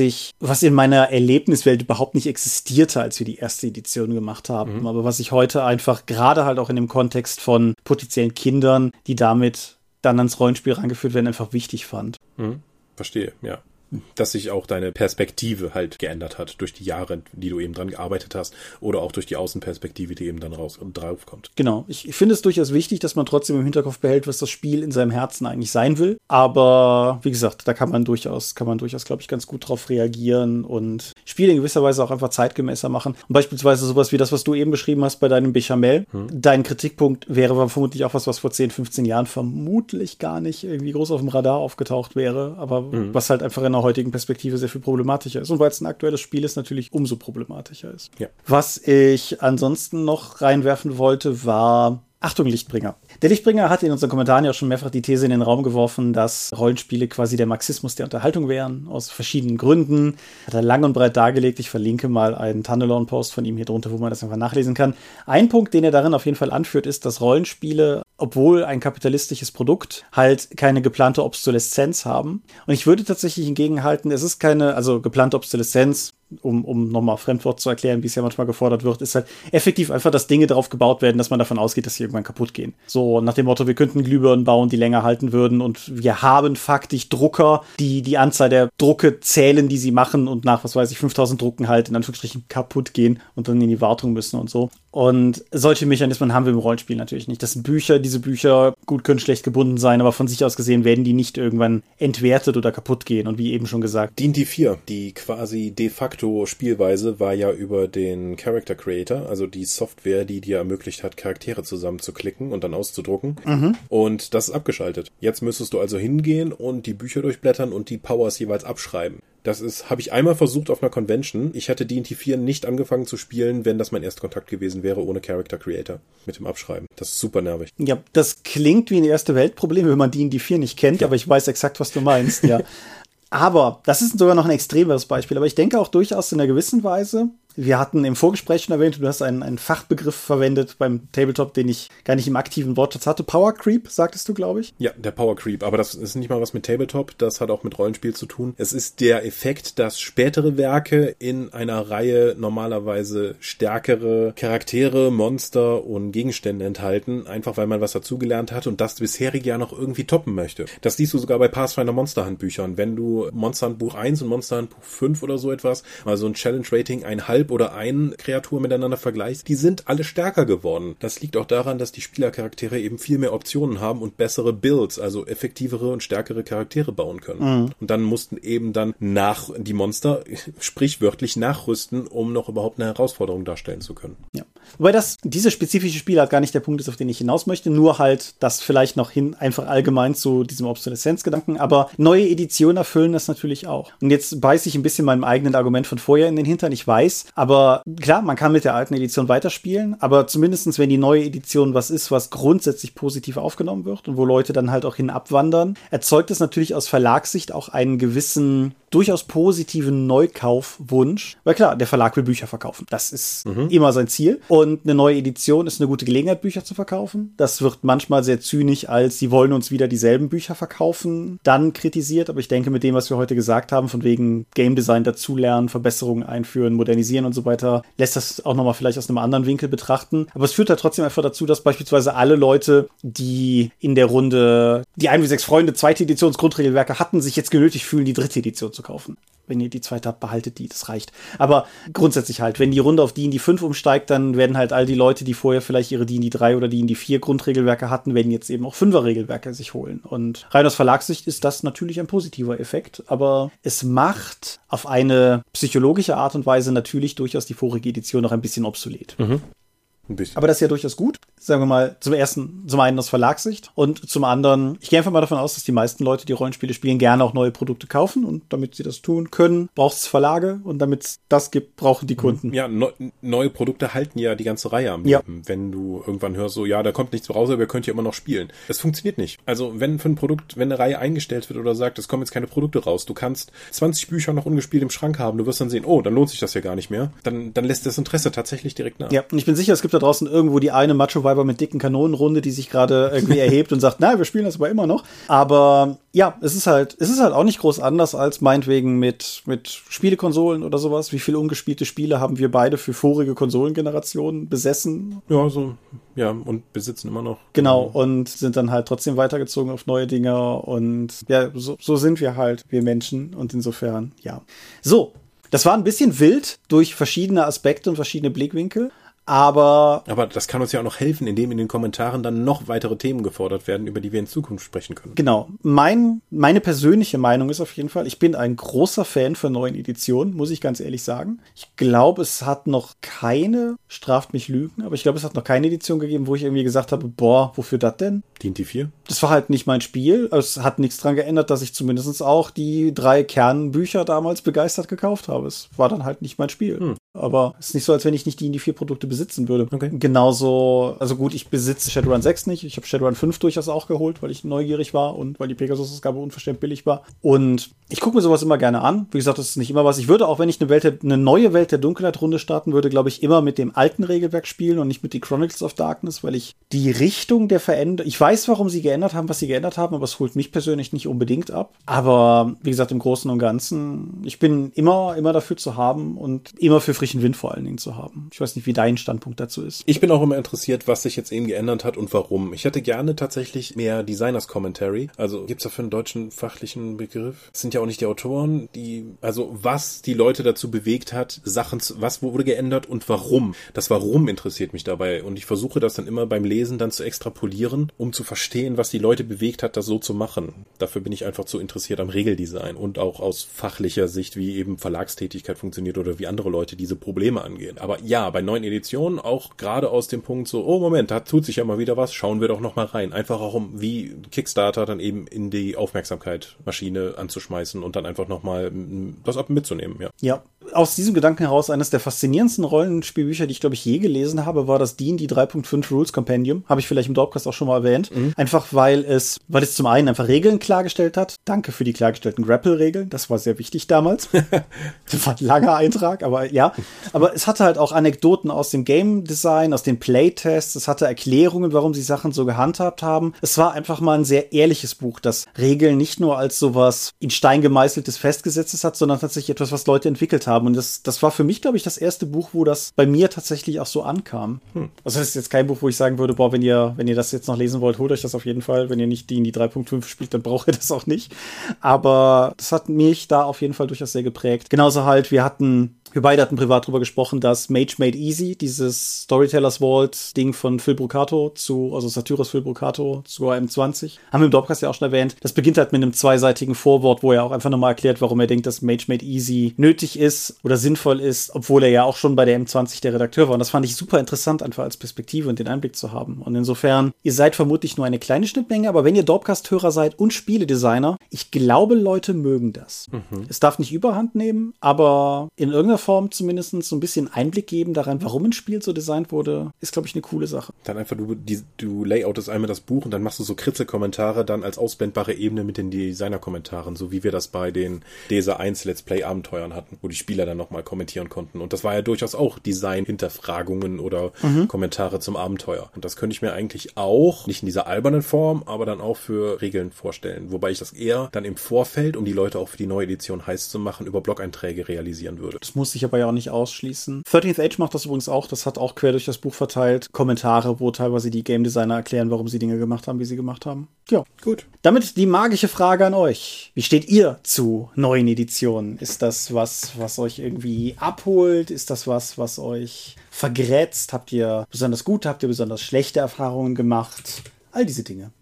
in meiner Erlebniswelt überhaupt nicht existierte, als wir die erste Edition gemacht haben. Aber was ich heute einfach gerade halt auch in dem Kontext von potenziellen Kindern, die damit dann ans Rollenspiel rangeführt werden, einfach wichtig fand. Verstehe, ja. Dass sich auch deine Perspektive halt geändert hat durch die Jahre, die du eben dran gearbeitet hast oder auch durch die Außenperspektive, die eben dann drauf kommt. Genau. Ich finde es durchaus wichtig, dass man trotzdem im Hinterkopf behält, was das Spiel in seinem Herzen eigentlich sein will. Aber wie gesagt, da kann man durchaus, glaube ich, ganz gut drauf reagieren und Spiele in gewisser Weise auch einfach zeitgemäßer machen. Und beispielsweise sowas wie das, was du eben beschrieben hast bei deinem Bechamel. Dein Kritikpunkt wäre vermutlich auch was vor 10, 15 Jahren vermutlich gar nicht irgendwie groß auf dem Radar aufgetaucht wäre, aber was halt einfach in der heutigen Perspektive sehr viel problematischer ist. Und weil es ein aktuelles Spiel ist, natürlich umso problematischer ist. Ja. Was ich ansonsten noch reinwerfen wollte, war Achtung, Lichtbringer. Der Lichtbringer hat in unseren Kommentaren ja auch schon mehrfach die These in den Raum geworfen, dass Rollenspiele quasi der Marxismus der Unterhaltung wären, aus verschiedenen Gründen. Hat er lang und breit dargelegt. Ich verlinke mal einen Tunnelon-Post von ihm hier drunter, wo man das einfach nachlesen kann. Ein Punkt, den er darin auf jeden Fall anführt, ist, dass Rollenspiele, obwohl ein kapitalistisches Produkt, halt keine geplante Obsoleszenz haben. Und ich würde tatsächlich hingegen halten, es ist keine, also geplante Obsoleszenz, um nochmal Fremdwort zu erklären, wie es ja manchmal gefordert wird, ist halt effektiv einfach, dass Dinge darauf gebaut werden, dass man davon ausgeht, dass sie irgendwann kaputt gehen. So nach dem Motto, wir könnten Glühbirnen bauen, die länger halten würden und wir haben faktisch Drucker, die die Anzahl der Drucke zählen, die sie machen und nach, 5000 Drucken halt in Anführungsstrichen kaputt gehen und dann in die Wartung müssen und so. Und solche Mechanismen haben wir im Rollenspiel natürlich nicht. Das sind diese Bücher, gut, können schlecht gebunden sein, aber von sich aus gesehen werden die nicht irgendwann entwertet oder kaputt gehen. Und wie eben schon gesagt. D&D 4, die quasi de facto Spielweise, war ja über den Character Creator, also die Software, die dir ermöglicht hat, Charaktere zusammenzuklicken und dann auszudrucken. Und das ist abgeschaltet. Jetzt müsstest du also hingehen und die Bücher durchblättern und die Powers jeweils abschreiben. Das habe ich einmal versucht auf einer Convention. Ich hätte D&D 4 nicht angefangen zu spielen, wenn das mein Erstkontakt gewesen wäre, ohne Character Creator mit dem Abschreiben. Das ist super nervig. Ja, das klingt wie ein Erste-Welt-Problem, wenn man D&D 4 nicht kennt, aber ich weiß exakt, was du meinst, ja. Aber das ist sogar noch ein extremeres Beispiel. Aber ich denke auch durchaus in einer gewissen Weise, wir hatten im Vorgespräch schon erwähnt, du hast einen Fachbegriff verwendet beim Tabletop, den ich gar nicht im aktiven Wortschatz hatte. Power Creep, sagtest du, glaube ich? Ja, der Power Creep. Aber das ist nicht mal was mit Tabletop, das hat auch mit Rollenspiel zu tun. Es ist der Effekt, dass spätere Werke in einer Reihe normalerweise stärkere Charaktere, Monster und Gegenstände enthalten, einfach weil man was dazugelernt hat und das bisherige ja noch irgendwie toppen möchte. Das siehst du sogar bei Pathfinder Monsterhandbüchern. Wenn du Monsterhandbuch 1 und Monsterhandbuch 5 oder so etwas, also ein Challenge-Rating 1,5 oder eine Kreatur miteinander vergleichst, die sind alle stärker geworden. Das liegt auch daran, dass die Spielercharaktere eben viel mehr Optionen haben und bessere Builds, also effektivere und stärkere Charaktere bauen können. Und dann mussten eben dann die Monster sprichwörtlich nachrüsten, um noch überhaupt eine Herausforderung darstellen zu können. Ja. Wobei diese spezifische Spielart gar nicht der Punkt ist, auf den ich hinaus möchte, nur halt das vielleicht noch einfach allgemein zu diesem Obsoleszenzgedanken, aber neue Editionen erfüllen das natürlich auch. Und jetzt beiße ich ein bisschen meinem eigenen Argument von vorher in den Hintern, ich weiß, aber klar, man kann mit der alten Edition weiterspielen, aber zumindestens, wenn die neue Edition was ist, was grundsätzlich positiv aufgenommen wird und wo Leute dann halt auch hin abwandern, erzeugt es natürlich aus Verlagssicht auch einen gewissen, durchaus positiven Neukaufwunsch, weil klar, der Verlag will Bücher verkaufen. Das ist immer sein Ziel. Und eine neue Edition ist eine gute Gelegenheit, Bücher zu verkaufen. Das wird manchmal sehr zynisch als, sie wollen uns wieder dieselben Bücher verkaufen, dann kritisiert. Aber ich denke, mit dem, was wir heute gesagt haben, von wegen Game Design dazulernen, Verbesserungen einführen, modernisieren und so weiter, lässt das auch nochmal vielleicht aus einem anderen Winkel betrachten. Aber es führt halt trotzdem einfach dazu, dass beispielsweise alle Leute, die in der Runde die 1-6 Freunde 2. Editions Grundregelwerke hatten, sich jetzt genötigt fühlen, die 3. Edition zu kaufen. Wenn ihr die 2. habt, behaltet die, das reicht. Aber grundsätzlich halt, wenn die Runde auf die in die 5 umsteigt, dann werden halt all die Leute, die vorher vielleicht ihre D&D 3 oder D&D 4 Grundregelwerke hatten, werden jetzt eben auch 5er-Regelwerke sich holen. Und rein aus Verlagssicht ist das natürlich ein positiver Effekt, aber es macht auf eine psychologische Art und Weise natürlich durchaus die vorige Edition noch ein bisschen obsolet. Ein bisschen. Aber das ist ja durchaus gut, sagen wir mal, zum einen aus Verlagssicht und zum anderen, ich gehe einfach mal davon aus, dass die meisten Leute, die Rollenspiele spielen, gerne auch neue Produkte kaufen und damit sie das tun können, braucht es Verlage und damit es das gibt, brauchen die Kunden. Ja, neue Produkte halten ja die ganze Reihe am Leben. Wenn du irgendwann hörst, so, ja, da kommt nichts raus, aber ihr könnt ja immer noch spielen. Das funktioniert nicht. Also, wenn eine Reihe eingestellt wird oder sagt, es kommen jetzt keine Produkte raus, du kannst 20 Bücher noch ungespielt im Schrank haben, du wirst dann sehen, oh, dann lohnt sich das ja gar nicht mehr. Dann lässt das Interesse tatsächlich direkt nach. Ja, und ich bin sicher, es gibt da draußen irgendwo die eine Macho-Weiber mit dicken Kanonenrunde, die sich gerade irgendwie erhebt und sagt, na, wir spielen das aber immer noch. Aber ja, es ist halt auch nicht groß anders als meinetwegen mit Spielekonsolen oder sowas. Wie viele ungespielte Spiele haben wir beide für vorige Konsolengenerationen besessen? Ja, und besitzen immer noch. Genau, und sind dann halt trotzdem weitergezogen auf neue Dinger und ja, so sind wir halt, wir Menschen und insofern, ja. So, das war ein bisschen wild durch verschiedene Aspekte und verschiedene Blickwinkel. Aber das kann uns ja auch noch helfen, indem in den Kommentaren dann noch weitere Themen gefordert werden, über die wir in Zukunft sprechen können. Genau. Meine persönliche Meinung ist auf jeden Fall, ich bin ein großer Fan von neuen Editionen, muss ich ganz ehrlich sagen. Ich glaube, es hat noch keine, straft mich Lügen, aber ich glaube, es hat noch keine Edition gegeben, wo ich irgendwie gesagt habe, boah, wofür das denn? D&D 4? Das war halt nicht mein Spiel. Es hat nichts dran geändert, dass ich zumindest auch die 3 Kernbücher damals begeistert gekauft habe. Es war dann halt nicht mein Spiel. Aber es ist nicht so, als wenn ich nicht die 4 Produkte besitzen würde. Okay. Genauso, also gut, ich besitze Shadowrun 6 nicht. Ich habe Shadowrun 5 durchaus auch geholt, weil ich neugierig war und weil die Pegasus-Ausgabe unverständlich billig war. Und ich gucke mir sowas immer gerne an. Wie gesagt, das ist nicht immer was. Ich würde auch, wenn ich eine neue Welt der Dunkelheit-Runde starten würde, glaube ich, immer mit dem alten Regelwerk spielen und nicht mit die Chronicles of Darkness, weil ich die Richtung der Veränderung, ich weiß, warum sie geändert haben, was sie geändert haben, aber es holt mich persönlich nicht unbedingt ab. Aber wie gesagt, im Großen und Ganzen, ich bin immer dafür zu haben und immer für frischen Wind vor allen Dingen zu haben. Ich weiß nicht, wie dein Standpunkt dazu ist. Ich bin auch immer interessiert, was sich jetzt eben geändert hat und warum. Ich hätte gerne tatsächlich mehr Designers Commentary. Also gibt's dafür einen deutschen fachlichen Begriff? Das sind ja auch nicht die Autoren, was die Leute dazu bewegt hat, was wurde geändert und warum. Das Warum interessiert mich dabei und ich versuche das dann immer beim Lesen dann zu extrapolieren, um zu verstehen, was die Leute bewegt hat, das so zu machen. Dafür bin ich einfach zu interessiert am Regeldesign und auch aus fachlicher Sicht, wie eben Verlagstätigkeit funktioniert oder wie andere Leute diese Probleme angehen. Aber ja, bei neuen Editionen auch gerade aus dem Punkt so, oh Moment, da tut sich ja mal wieder was, schauen wir doch noch mal rein. Einfach auch wie Kickstarter dann eben in die Aufmerksamkeit-Maschine anzuschmeißen und dann einfach noch mal was mitzunehmen, ja. Ja, aus diesem Gedanken heraus, eines der faszinierendsten Rollenspielbücher, die ich glaube ich je gelesen habe, war das D&D 3.5 Rules Compendium. Habe ich vielleicht im Dorpcast auch schon mal erwähnt. Einfach weil es zum einen einfach Regeln klargestellt hat. Danke für die klargestellten Grapple-Regeln. Das war sehr wichtig damals. Das war ein langer Eintrag, aber ja. Aber es hatte halt auch Anekdoten aus dem Game Design, aus den Playtests. Es hatte Erklärungen, warum sie Sachen so gehandhabt haben. Es war einfach mal ein sehr ehrliches Buch, das Regeln nicht nur als sowas in Stein gemeißeltes Festgesetztes hat, sondern tatsächlich etwas, was Leute entwickelt haben. Und das war für mich, glaube ich, das erste Buch, wo das bei mir tatsächlich auch so ankam. Also das ist jetzt kein Buch, wo ich sagen würde, boah, wenn ihr das jetzt noch lesen wollt, holt euch das auf jeden Fall. Wenn ihr nicht die in die 3.5 spielt, dann braucht ihr das auch nicht. Aber das hat mich da auf jeden Fall durchaus sehr geprägt. Genauso halt, wir beide hatten privat drüber gesprochen, dass Mage Made Easy, dieses Storytellers Vault Ding von Phil Brucato also Satyrus Phil Brucato zu AM20, haben wir im Dorpcast ja auch schon erwähnt. Das beginnt halt mit einem zweiseitigen Vorwort, wo er auch einfach nochmal erklärt, warum er denkt, dass Mage Made Easy nötig ist oder sinnvoll ist, obwohl er ja auch schon bei der M20 der Redakteur war. Und das fand ich super interessant, einfach als Perspektive und den Einblick zu haben. Und insofern, ihr seid vermutlich nur eine kleine Schnittmenge, aber wenn ihr Dorpcast-Hörer seid und Spieledesigner, ich glaube, Leute mögen das. Es darf nicht überhand nehmen, aber in irgendeiner Form zumindest so ein bisschen Einblick geben daran, warum ein Spiel so designt wurde, ist, glaube ich, eine coole Sache. Dann einfach, du layoutest einmal das Buch und dann machst du so Kritzelkommentare dann als ausblendbare Ebene mit den Designer-Kommentaren, so wie wir das bei den DESA 1 Let's Play-Abenteuern hatten, wo die Spieler dann nochmal kommentieren konnten. Und das war ja durchaus auch Design-Hinterfragungen oder Kommentare zum Abenteuer. Und das könnte ich mir eigentlich auch, nicht in dieser albernen Form, aber dann auch für Regeln vorstellen. Wobei ich das eher dann im Vorfeld, um die Leute auch für die neue Edition heiß zu machen, über Blog-Einträge realisieren würde. Das muss muss sich aber ja auch nicht ausschließen. 13th Age macht das übrigens auch. Das hat auch quer durch das Buch verteilt Kommentare, wo teilweise die Game Designer erklären, warum sie Dinge gemacht haben, wie sie gemacht haben. Ja, gut. Damit die magische Frage an euch. Wie steht ihr zu neuen Editionen? Ist das was euch irgendwie abholt? Ist das was euch vergrätzt? Habt ihr besonders gute, habt ihr besonders schlechte Erfahrungen gemacht? All diese Dinge.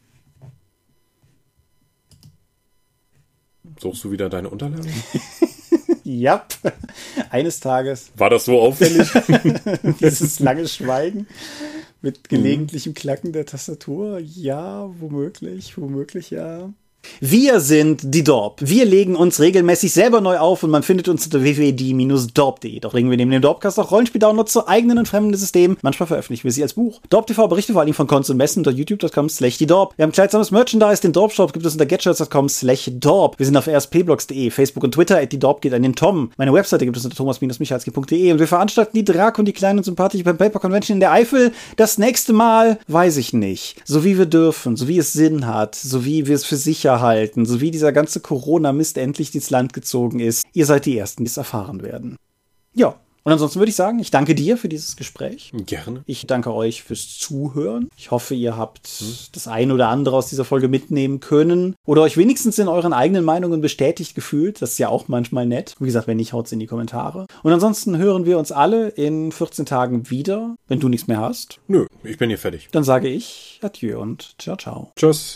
Suchst du wieder deine Unterlagen? Ja, eines Tages. War das so auffällig? Dieses lange Schweigen mit gelegentlichem Klacken der Tastatur. Ja, womöglich, ja. Wir sind die Dorp. Wir legen uns regelmäßig selber neu auf und man findet uns unter www.die-dorp.de. Doch bringen wir neben dem Dorpcast auch Rollenspiel-Downloads zu eigenen und fremden Systemen. Manchmal veröffentlichen wir sie als Buch. Dorp TV berichtet vor allem von Cons und Messen unter youtube.com/die-dorp. Wir haben kleidsames Merchandise, den Dorp-Shop gibt es unter getshirts.com/dorp. Wir sind auf rspblogs.de, Facebook und Twitter, @die-dorp geht an den Tom. Meine Webseite gibt es unter thomas-michalski.de und wir veranstalten die Drak und die kleinen und sympathische Pen Paper Convention in der Eifel. Das nächste Mal weiß ich nicht. So wie wir dürfen, so wie es Sinn hat, so wie wir es für sicher halten, so wie dieser ganze Corona-Mist endlich ins Land gezogen ist. Ihr seid die Ersten, die es erfahren werden. Ja, und ansonsten würde ich sagen, ich danke dir für dieses Gespräch. Gerne. Ich danke euch fürs Zuhören. Ich hoffe, ihr habt das ein oder andere aus dieser Folge mitnehmen können oder euch wenigstens in euren eigenen Meinungen bestätigt gefühlt. Das ist ja auch manchmal nett. Wie gesagt, wenn nicht, haut's in die Kommentare. Und ansonsten hören wir uns alle in 14 Tagen wieder, wenn du nichts mehr hast. Nö, ich bin hier fertig. Dann sage ich Adieu und ciao, ciao. Tschüss.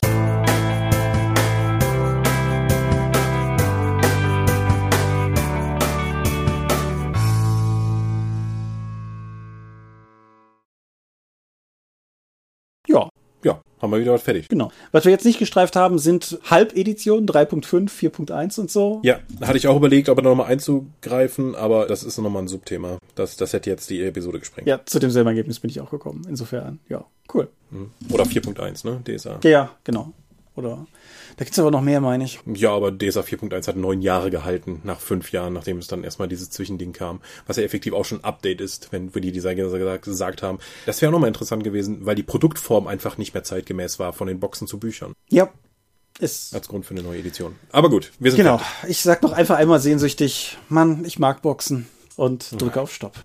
Ja, haben wir wieder was fertig. Genau. Was wir jetzt nicht gestreift haben, sind Halbeditionen, 3.5, 4.1 und so. Ja, hatte ich auch überlegt, aber nochmal einzugreifen, aber das ist nochmal ein Subthema. Das hätte jetzt die Episode gesprengt. Ja, zu demselben Ergebnis bin ich auch gekommen. Insofern, ja, cool. Oder 4.1, ne? DSA. Ja, genau. Oder, da gibt's aber noch mehr, meine ich. Ja, aber DSA 4.1 hat 9 Jahre gehalten, nach 5 Jahren, nachdem es dann erstmal dieses Zwischending kam, was ja effektiv auch schon ein Update ist, wenn die Designer gesagt haben. Das wäre auch nochmal interessant gewesen, weil die Produktform einfach nicht mehr zeitgemäß war, von den Boxen zu Büchern. Ja. Als Grund für eine neue Edition. Aber gut, wir sind genau. fertig. Ich sag noch einfach einmal sehnsüchtig, Mann, ich mag Boxen und drücke auf Stopp.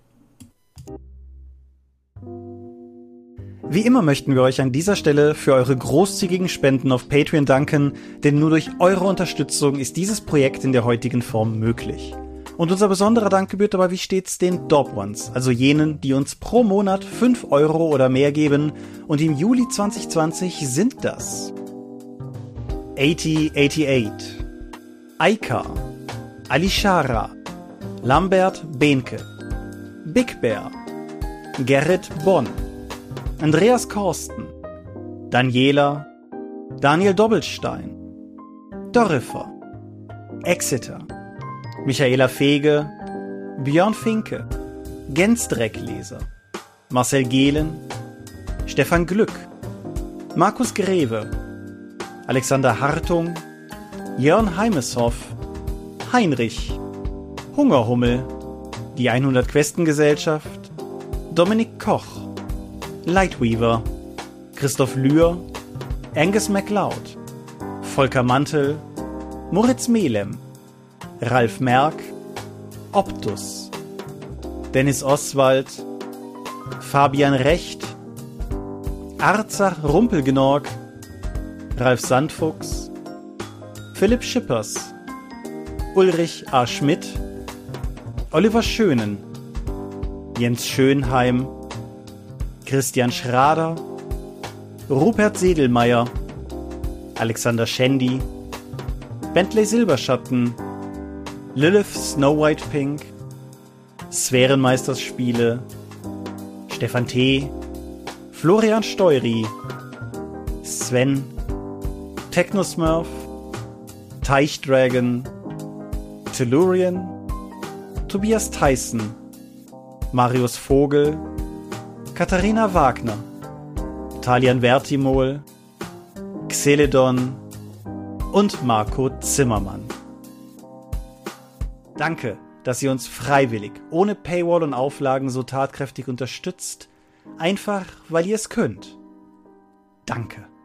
Wie immer möchten wir euch an dieser Stelle für eure großzügigen Spenden auf Patreon danken, denn nur durch eure Unterstützung ist dieses Projekt in der heutigen Form möglich. Und unser besonderer Dank gebührt dabei wie stets den Dorp Ones, also jenen, die uns pro Monat 5 € oder mehr geben, und im Juli 2020 sind das 8088, Aika, Alishara, Lambert Behnke, Big Bear, Gerrit Bonn, Andreas Korsten, Daniela, Daniel Doppelstein, Dorifer, Exeter, Michaela Fege, Björn Finke, Gensdreckleser, Marcel Gehlen, Stefan Glück, Markus Greve, Alexander Hartung, Jörn Heimeshoff, Heinrich, Hungerhummel, die 100 Questengesellschaft, Dominik Koch, Lightweaver, Christoph Lühr, Angus MacLeod, Volker Mantel, Moritz Melem, Ralf Merck, Optus, Dennis Oswald, Fabian Recht, Arzach Rumpelgenorg, Ralf Sandfuchs, Philipp Schippers, Ulrich A. Schmidt, Oliver Schönen, Jens Schönheim, Christian Schrader, Rupert Sedelmeier, Alexander Schendi, Bentley Silberschatten, Lilith Snow White Pink, Sphärenmeisterspiele, Stefan T., Florian Steury, Sven, Technosmurf, Teichdragon, Tellurian, Tobias Tyson, Marius Vogel, Katharina Wagner, Talian Vertimol, Xeledon und Marco Zimmermann. Danke, dass ihr uns freiwillig, ohne Paywall und Auflagen so tatkräftig unterstützt, einfach weil ihr es könnt. Danke.